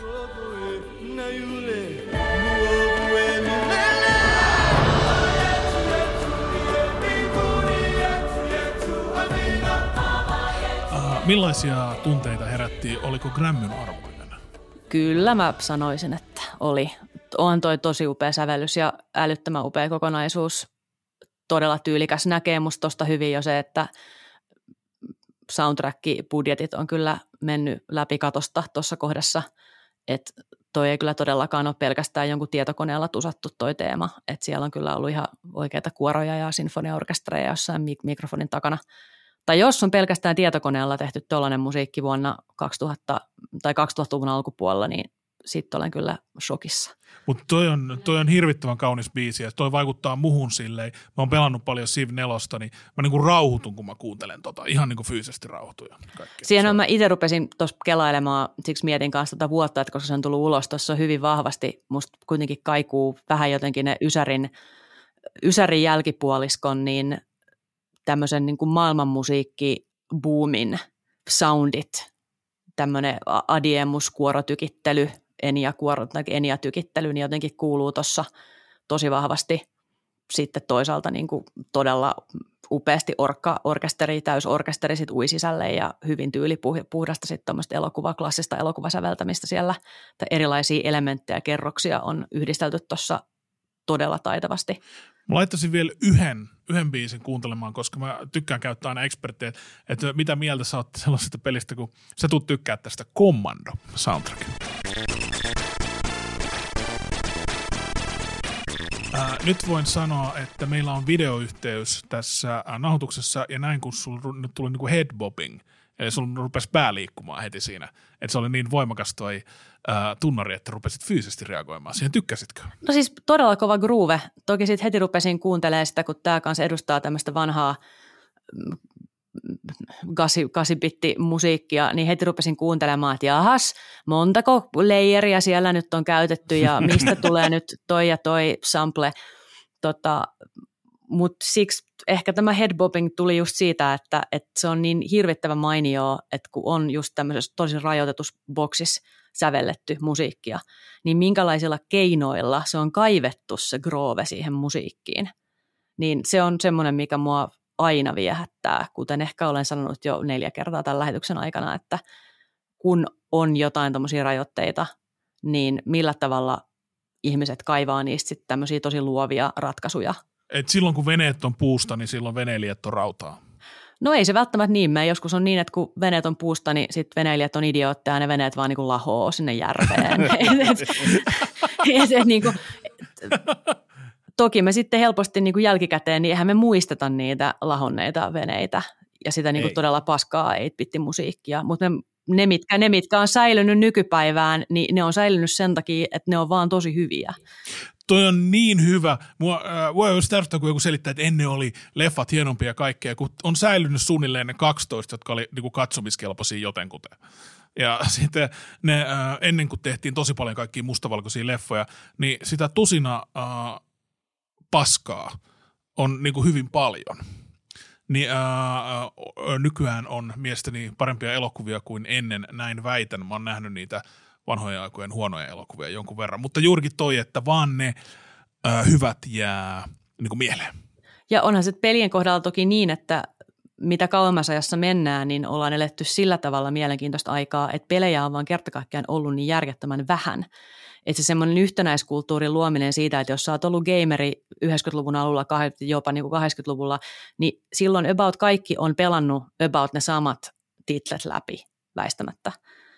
Millaisia tunteita herätti? Oliko Grammyn arvoinen? Kyllä mä sanoisin, että oli. On toi tosi upea sävellys ja älyttömän upea kokonaisuus. Todella tyylikäs. Näkee musta tosta hyvin jo se, että soundtrack-budjetit on kyllä mennyt läpi katosta tuossa kohdassa. Että toi ei kyllä todellakaan ole pelkästään jonkun tietokoneella tusattu toi teema. Että siellä on kyllä ollut ihan oikeita kuoroja ja sinfoniaorkestereja jossain mik- mikrofonin takana. Tai jos on pelkästään tietokoneella tehty tollainen musiikki vuonna kaksituhatta tai kaksituhattaluvun alkupuolella, niin sitten olen kyllä shokissa. Mutta toi on, toi on hirvittävän kaunis biisi ja toi vaikuttaa muhun silleen. Mä oon pelannut paljon Civ nelosta, niin mä niinku rauhoitun, kun mä kuuntelen tota. Ihan niinku fyysisesti rauhoitun. Siihen on mä itse rupesin tuossa kelailemaan, siksi mietin kanssa tätä vuotta, että koska se on tullut ulos tuossa hyvin vahvasti, musta kuitenkin kaikuu vähän jotenkin ne Ysärin, Ysärin jälkipuoliskon, niin tämmöisen niin kuin maailmanmusiikki-boomin soundit, tämmöinen adiemus-kuorotykittely, Enya-kuoro, tai Enya-tykittely, niin jotenkin kuuluu tuossa tosi vahvasti. Sitten toisaalta niin kuin todella upeasti orkka, orkesteri, täysorkesteri sit ui sisälle ja hyvin tyylipuhdasta sitten tuommoista elokuva, klassista elokuvasäveltämistä siellä. Tai erilaisia elementtejä ja kerroksia on yhdistelty tuossa todella taitavasti. Mä laittaisin vielä yhden, yhden biisin kuuntelemaan, koska mä tykkään käyttää aina eksperttejä, että mitä mieltä sä oot sellaisesta pelistä, kun sä tulet tykkää tästä Commando soundtrack. Ää, nyt voin sanoa, että meillä on videoyhteys tässä ää, nauhoituksessa ja näin kun sulla nyt tuli niinku headbobbing, eli sulla rupesi pää liikkumaan heti siinä, että se oli niin voimakas toi ää, tunnari, että rupesit fyysisesti reagoimaan. Siihen tykkäsitkö? No siis todella kova groove. Toki sitten heti rupesin kuuntelemaan sitä, kun tämä kanssa edustaa tämmöistä vanhaa kasibitti-musiikkia, niin heti rupesin kuuntelemaan, että jahas, montako layeria siellä nyt on käytetty ja mistä tulee nyt toi ja toi sample. Tota, mutta siksi ehkä tämä headbobbing tuli just siitä, että, että se on niin hirvittävän mainioa, että kun on just tämmöisessä tosi rajoitetussa boksissa sävelletty musiikkia, niin minkälaisilla keinoilla se on kaivettu se groove siihen musiikkiin. Niin se on semmoinen, mikä mua aina viehättää, kuten ehkä olen sanonut jo neljä kertaa tämän lähetyksen aikana, että kun on jotain tommosia rajoitteita, niin millä tavalla ihmiset kaivaa niistä sitten tämmöisiä tosi luovia ratkaisuja. Et silloin kun veneet on puusta, niin silloin veneilijät on rautaa. No ei se välttämättä niin mene. Joskus on niin, että kun veneet on puusta, niin sitten veneilijät on idiootteja ja ne veneet vaan niin kuin lahoo sinne järveen. et, et, et, et, niin kuin, toki me sitten helposti niin kuin jälkikäteen, niin eihän me muisteta niitä lahonneita veneitä ja sitä niin kuin todella paskaa eight-bitin musiikkia, mutta ne mitkä, ne, mitkä on säilynyt nykypäivään, niin ne on säilynyt sen takia, että ne on vaan tosi hyviä. Toi on niin hyvä. Mua äh, voi olisi tärkeää, kun joku selittää, että ennen oli leffat hienompia ja kaikkea, kun on säilynyt suunnilleen ne kaksitoista, jotka oli niin kuin katsomiskelpoisia jotenkuten. Ja sitten ne, äh, ennen kuin tehtiin tosi paljon kaikkia mustavalkoisia leffoja, niin sitä tusina äh, paskaa on niin kuin hyvin paljon. Niin ää, nykyään on mielestäni parempia elokuvia kuin ennen, näin väitän. Mä oon nähnyt niitä vanhojen aikojen huonoja elokuvia jonkun verran, mutta juurikin toi, että vaan ne ää, hyvät jää niin kuin mieleen. Ja onhan se pelien kohdalla toki niin, että mitä kauemmas ajassa mennään, niin ollaan eletty sillä tavalla mielenkiintoista aikaa, että pelejä on vaan kerta kaikkiaan ollut niin järjettömän vähän. Että se semmoinen yhtenäiskulttuurin luominen siitä, että jos sä oot ollut gameri yhdeksänkymmentäluvun alulla, jopa niin kuin kahdeksankymmentäluvulla, niin silloin about kaikki on pelannut about ne samat titlet läpi väistämättä.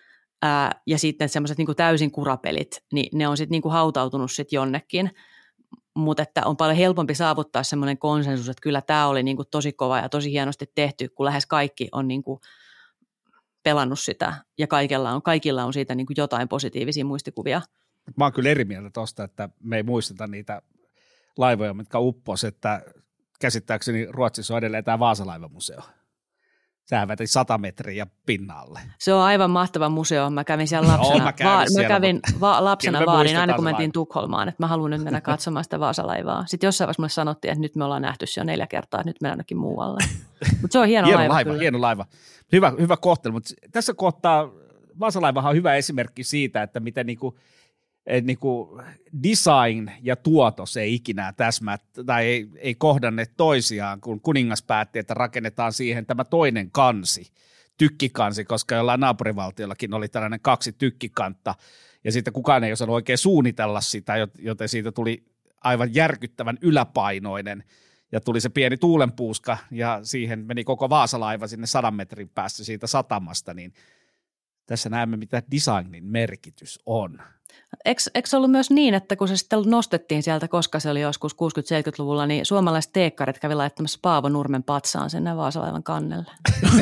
Ää, ja sitten semmoiset niin kuin täysin kurapelit, niin ne on sitten niin kuin hautautunut sitten jonnekin. Mutta että on paljon helpompi saavuttaa semmoinen konsensus, että kyllä tämä oli niin kuin tosi kova ja tosi hienosti tehty, kun lähes kaikki on niin kuin pelannut sitä ja kaikilla on, kaikilla on siitä niin kuin jotain positiivisia muistikuvia. Mä oon kyllä eri mieltä tosta, että me ei muisteta niitä laivoja, mitkä uppos, että käsittääkseni Ruotsissa on edelleen tämä Vaasalaivamuseo. Sehän veti sata metriä pinnalle. Se on aivan mahtava museo. Mä kävin siellä lapsena. No, mä, Va- siellä, mä kävin mutta... va- lapsena vaalin aina, kun mentiin Tukholmaan, että mä haluan nyt mennä katsomaan sitä Vaasalaivaa. Sitten jossain vaiheessa mulle sanottiin, että nyt me ollaan nähty se jo neljä kertaa, että nyt mennään jonnekin muualle. Mutta se on hieno, hieno laiva. laiva hieno laiva. Hyvä, hyvä kohtelu, mutta tässä kohtaa Vaasalaivahan on hyvä esimerkki siitä, että miten niinku, et niinku design ja tuotos ei ikinä täsmää tai ei, ei kohdanne toisiaan, kun kuningas päätti, että rakennetaan siihen tämä toinen kansi, tykkikansi, koska jollain naapurivaltiollakin oli tällainen kaksi tykkikantta, ja sitten kukaan ei osannut oikein suunnitella sitä, joten siitä tuli aivan järkyttävän yläpainoinen, ja tuli se pieni tuulenpuuska, ja siihen meni koko Vaasalaiva sinne sadan metrin päässä siitä satamasta, niin tässä näemme, mitä designin merkitys on. Eikö, eikö ollut myös niin, että kun se sitten nostettiin sieltä, koska se oli joskus kuusikymmentä-seitsemänkymmentäluvulla, niin suomalaiset teekkarit kävi laittamassa Paavo Nurmen patsaan sinne Vaasalaivan kannelle?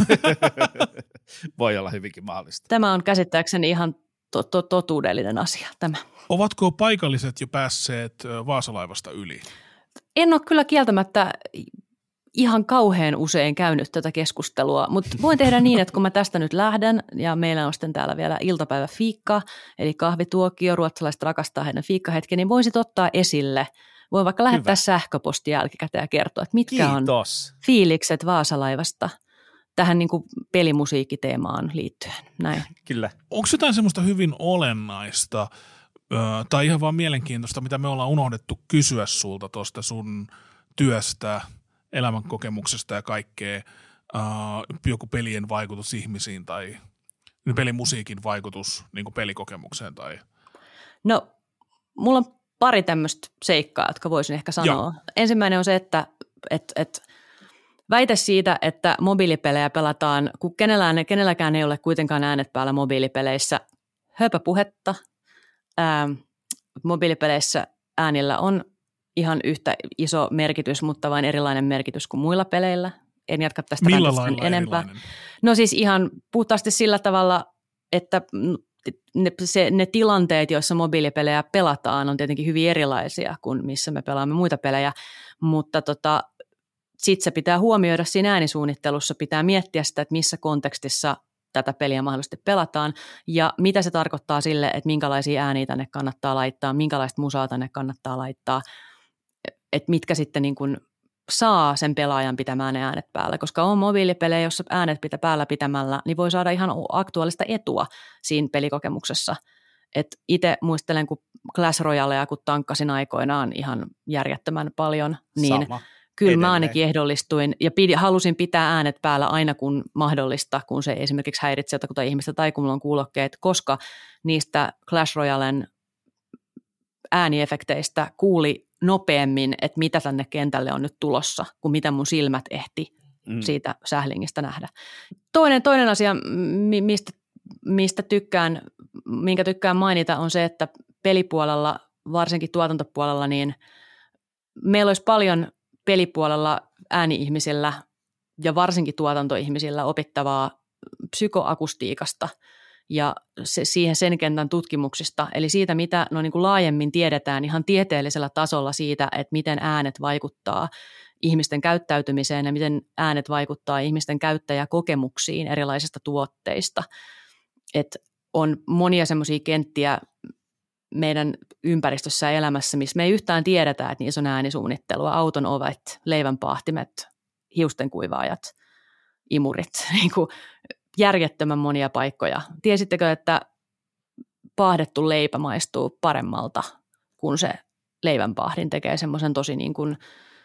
Voi olla hyvinkin mahdollista. Tämä on käsittääkseni ihan to- to- totuudellinen asia, tämä. Ovatko paikalliset jo päässeet Vaasalaivasta yli? En ole kyllä kieltämättä ihan kauhean usein käynyt tätä keskustelua, mutta voin tehdä niin, että kun mä tästä nyt lähden ja meillä on sitten täällä vielä iltapäiväfiikka, eli kahvituokio, ruotsalaiset rakastaa heidän fiikkahetken, niin voin sitten ottaa esille. Voin vaikka lähettää Hyvä. sähköpostia jälkikäteen ja kertoa, että mitkä Kiitos. on fiilikset Vaasalaivasta tähän niin kuin pelimusiikkiteemaan liittyen. Näin. Kyllä. Onko jotain semmoista hyvin olennaista tai ihan vaan mielenkiintoista, mitä me ollaan unohdettu kysyä sulta tuosta sun työstä, elämänkokemuksesta ja kaikkea, uh, joku pelien vaikutus ihmisiin tai pelimusiikin vaikutus niin kuin pelikokemukseen? Tai... No, mulla on pari tämmöistä seikkaa, jotka voisin ehkä sanoa. Joo. Ensimmäinen on se, että et, et, väite siitä, että mobiilipelejä pelataan, kun kenellään, kenelläkään ei ole kuitenkaan äänet päällä mobiilipeleissä, höpöpuhetta. Ää, mobiilipeleissä äänillä on ihan yhtä iso merkitys, mutta vain erilainen merkitys kuin muilla peleillä. En jatka tästä Millä lailla enempää. Erilainen? No siis ihan puhtaasti sillä tavalla, että ne, se, ne tilanteet, joissa mobiilipelejä pelataan, on tietenkin hyvin erilaisia kuin missä me pelaamme muita pelejä, mutta tota, sitten se pitää huomioida siinä äänisuunnittelussa, pitää miettiä sitä, että missä kontekstissa tätä peliä mahdollisesti pelataan ja mitä se tarkoittaa sille, että minkälaisia ääniä tänne kannattaa laittaa, minkälaista musaa tänne kannattaa laittaa, että mitkä sitten niin kuin saa sen pelaajan pitämään ne äänet päällä, koska on mobiilipelejä, jossa äänet pitää päällä pitämällä, niin voi saada ihan aktuaalista etua siinä pelikokemuksessa. Et itse muistelen, kun Clash Royalea, kun tankkasin aikoinaan ihan järjettömän paljon, niin Sama. Kyllä Edelleen. Mä ainakin ehdollistuin ja pidi, halusin pitää äänet päällä aina kun mahdollista, kun se esimerkiksi häiritsee jotakuta ihmistä tai kun mulla on kuulokkeet, koska niistä Clash Royalen ääniefekteistä kuuli nopeammin, että mitä tänne kentälle on nyt tulossa, kuin mitä mun silmät ehti mm. siitä sählingistä nähdä. Toinen, toinen asia, mistä, mistä tykkään, minkä tykkään mainita, on se, että pelipuolella, varsinkin tuotantopuolella, niin meillä olisi paljon pelipuolella ääni-ihmisillä ja varsinkin tuotantoihmisillä opittavaa psykoakustiikasta ja se, siihen sen kentän tutkimuksista, eli siitä, mitä no niin kuin laajemmin tiedetään ihan tieteellisellä tasolla siitä, että miten äänet vaikuttaa ihmisten käyttäytymiseen ja miten äänet vaikuttaa ihmisten käyttäjäkokemuksiin erilaisista tuotteista. Et on monia semmoisia kenttiä meidän ympäristössä ja elämässä, missä me ei yhtään tiedetä, että niissä on äänisuunnittelua, auton ovet, leivän paahtimet, hiusten kuivaajat, imurit, niin kuin järjettömän monia paikkoja. Tiesittekö, että paahdettu leipä maistuu paremmalta, kun se leivänpaahdin tekee semmoisen tosi niin kuin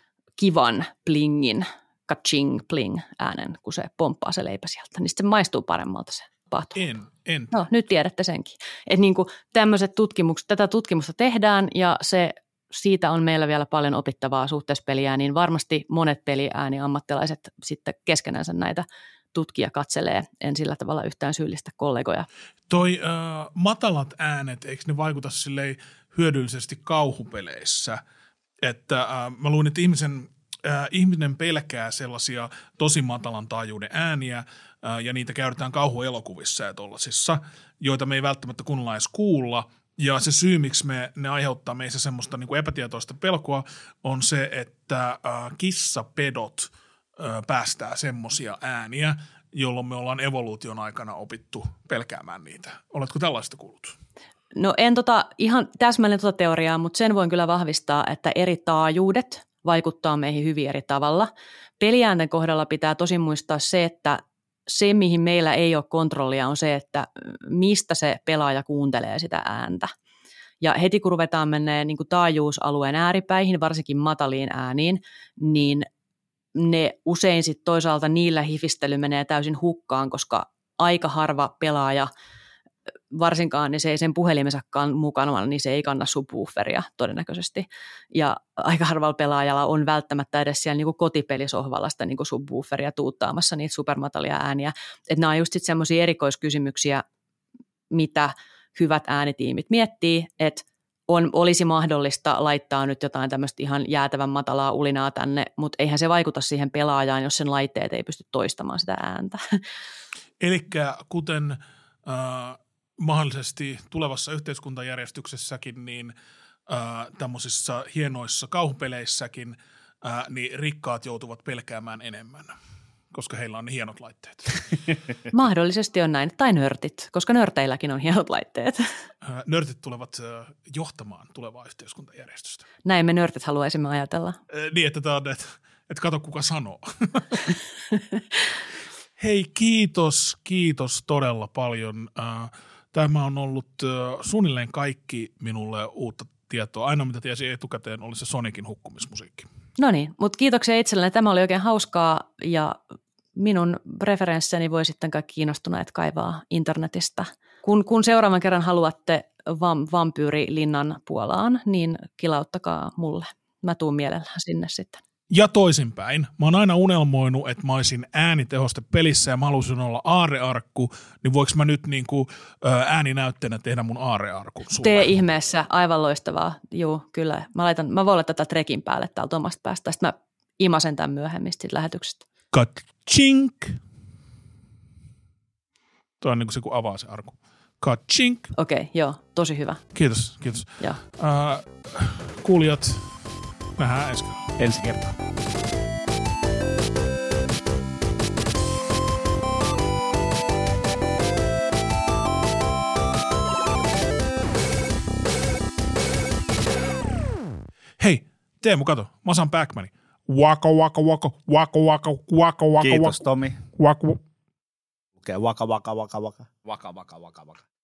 kivan plingin, ka-ching pling äänen, kun se pomppaa se leipä sieltä, niin se maistuu paremmalta se paahtu. En, en. No, nyt tiedätte senkin. Että niin kuin tämmöiset tutkimukset, tätä tutkimusta tehdään ja se, siitä on meillä vielä paljon opittavaa suhteessa peliään, niin varmasti monet peliääniammattilaiset sitten keskenänsä näitä tutkija katselee, en sillä tavalla yhtään syyllistä kollegoja. Toi äh, matalat äänet, eikö ne vaikuta silleen hyödyllisesti kauhupeleissä? Että äh, mä luin, että ihmisen, äh, ihminen pelkää sellaisia tosi matalan taajuuden ääniä, äh, ja niitä käytetään kauhuelokuvissa ja tollasissa, joita me ei välttämättä kunnolla edes kuulla. Ja se syy, miksi me, ne aiheuttaa meissä semmoista niin kuin epätietoista pelkoa, on se, että äh, kissapedot äh, päästää semmoisia ääniä, jolloin me ollaan evoluution aikana opittu pelkäämään niitä. Oletko tällaista kuullut? No en tota, ihan täsmälleen tota teoriaa, mutta sen voin kyllä vahvistaa, että eri taajuudet vaikuttaa meihin hyvin eri tavalla. Peliäänten kohdalla pitää tosi muistaa se, että se, mihin meillä ei ole kontrollia, on se, että mistä se pelaaja kuuntelee sitä ääntä. Ja heti kun ruvetaan menee niin kuin taajuusalueen ääripäihin, varsinkin mataliin ääniin, niin ne usein sitten toisaalta niillä hifistely menee täysin hukkaan, koska aika harva pelaaja, varsinkaan niin se ei sen puhelimensakaan mukana, niin se ei kanna subwooferia todennäköisesti. Ja aika harvalla pelaajalla on välttämättä edes siellä niin kuin kotipelisohvalla sitä niin kuin subwooferia tuuttaamassa niitä supermatalia ääniä. Että nämä on just sitten semmoisia erikoiskysymyksiä, mitä hyvät äänitiimit miettii, että on, olisi mahdollista laittaa nyt jotain tämmöistä ihan jäätävän matalaa ulinaa tänne, mutta eihän se vaikuta siihen pelaajaan, jos sen laitteet ei pysty toistamaan sitä ääntä. Elikkä kuten äh, mahdollisesti tulevassa yhteiskuntajärjestyksessäkin, niin äh, tämmöisissä hienoissa kauhupeleissäkin, äh, niin rikkaat joutuvat pelkäämään enemmän, koska heillä on ne hienot laitteet. Mahdollisesti on näin, tai nörtit, koska nörteilläkin on hienot laitteet. Äh, nörtit tulevat äh, johtamaan tulevaa yhteiskuntajärjestystä. Näin me nörtit haluaisimme ajatella. Äh, niin, että, tämä on, että, että kato kuka sanoo. Hei, kiitos, kiitos todella paljon. Äh, Tämä on ollut äh, suunnilleen kaikki minulle uutta tietoa. Ainoa, mitä tiesin etukäteen, oli se Sonicin hukkumismusiikki. No niin, mutta kiitoksia itselleni. Tämä oli oikein hauskaa ja minun referensseni voi sitten kaikki kiinnostuneet kaivaa internetistä. Kun, kun seuraavan kerran haluatte vam, vampyyrilinnan Puolaan, niin kilauttakaa mulle. Mä tuun mielellään sinne sitten. Ja toisinpäin. Mä oon aina unelmoinut, että mä olisin äänitehoste pelissä ja mä haluaisin olla aarrearkku, niin voiko mä nyt niin kuin ääninäytteenä tehdä mun aarrearkun sulle? Tee ihmeessä, aivan loistavaa. Juu, kyllä. Mä, laitan, mä voin laittaa tätä trekin päälle täältä omasta päästä. Sitten mä imasen tämän myöhemmin siitä lähetyksestä. Ka-chink. Tuo on niin kuin se, kun avaa se arku. Ka-chink. Okei, okay, joo, tosi hyvä. Kiitos, kiitos. Joo. Uh, kuulijat, nähdään ensi kerralla. Ensi kertaa. Hei, Teemu, kato, mä saan Pac-Manin. Waka, waka, waka, waka, waka, waka, waka. Kiitos, Tomi. Waka. Lukee waka, waka, waka, waka. Waka, waka, waka, waka.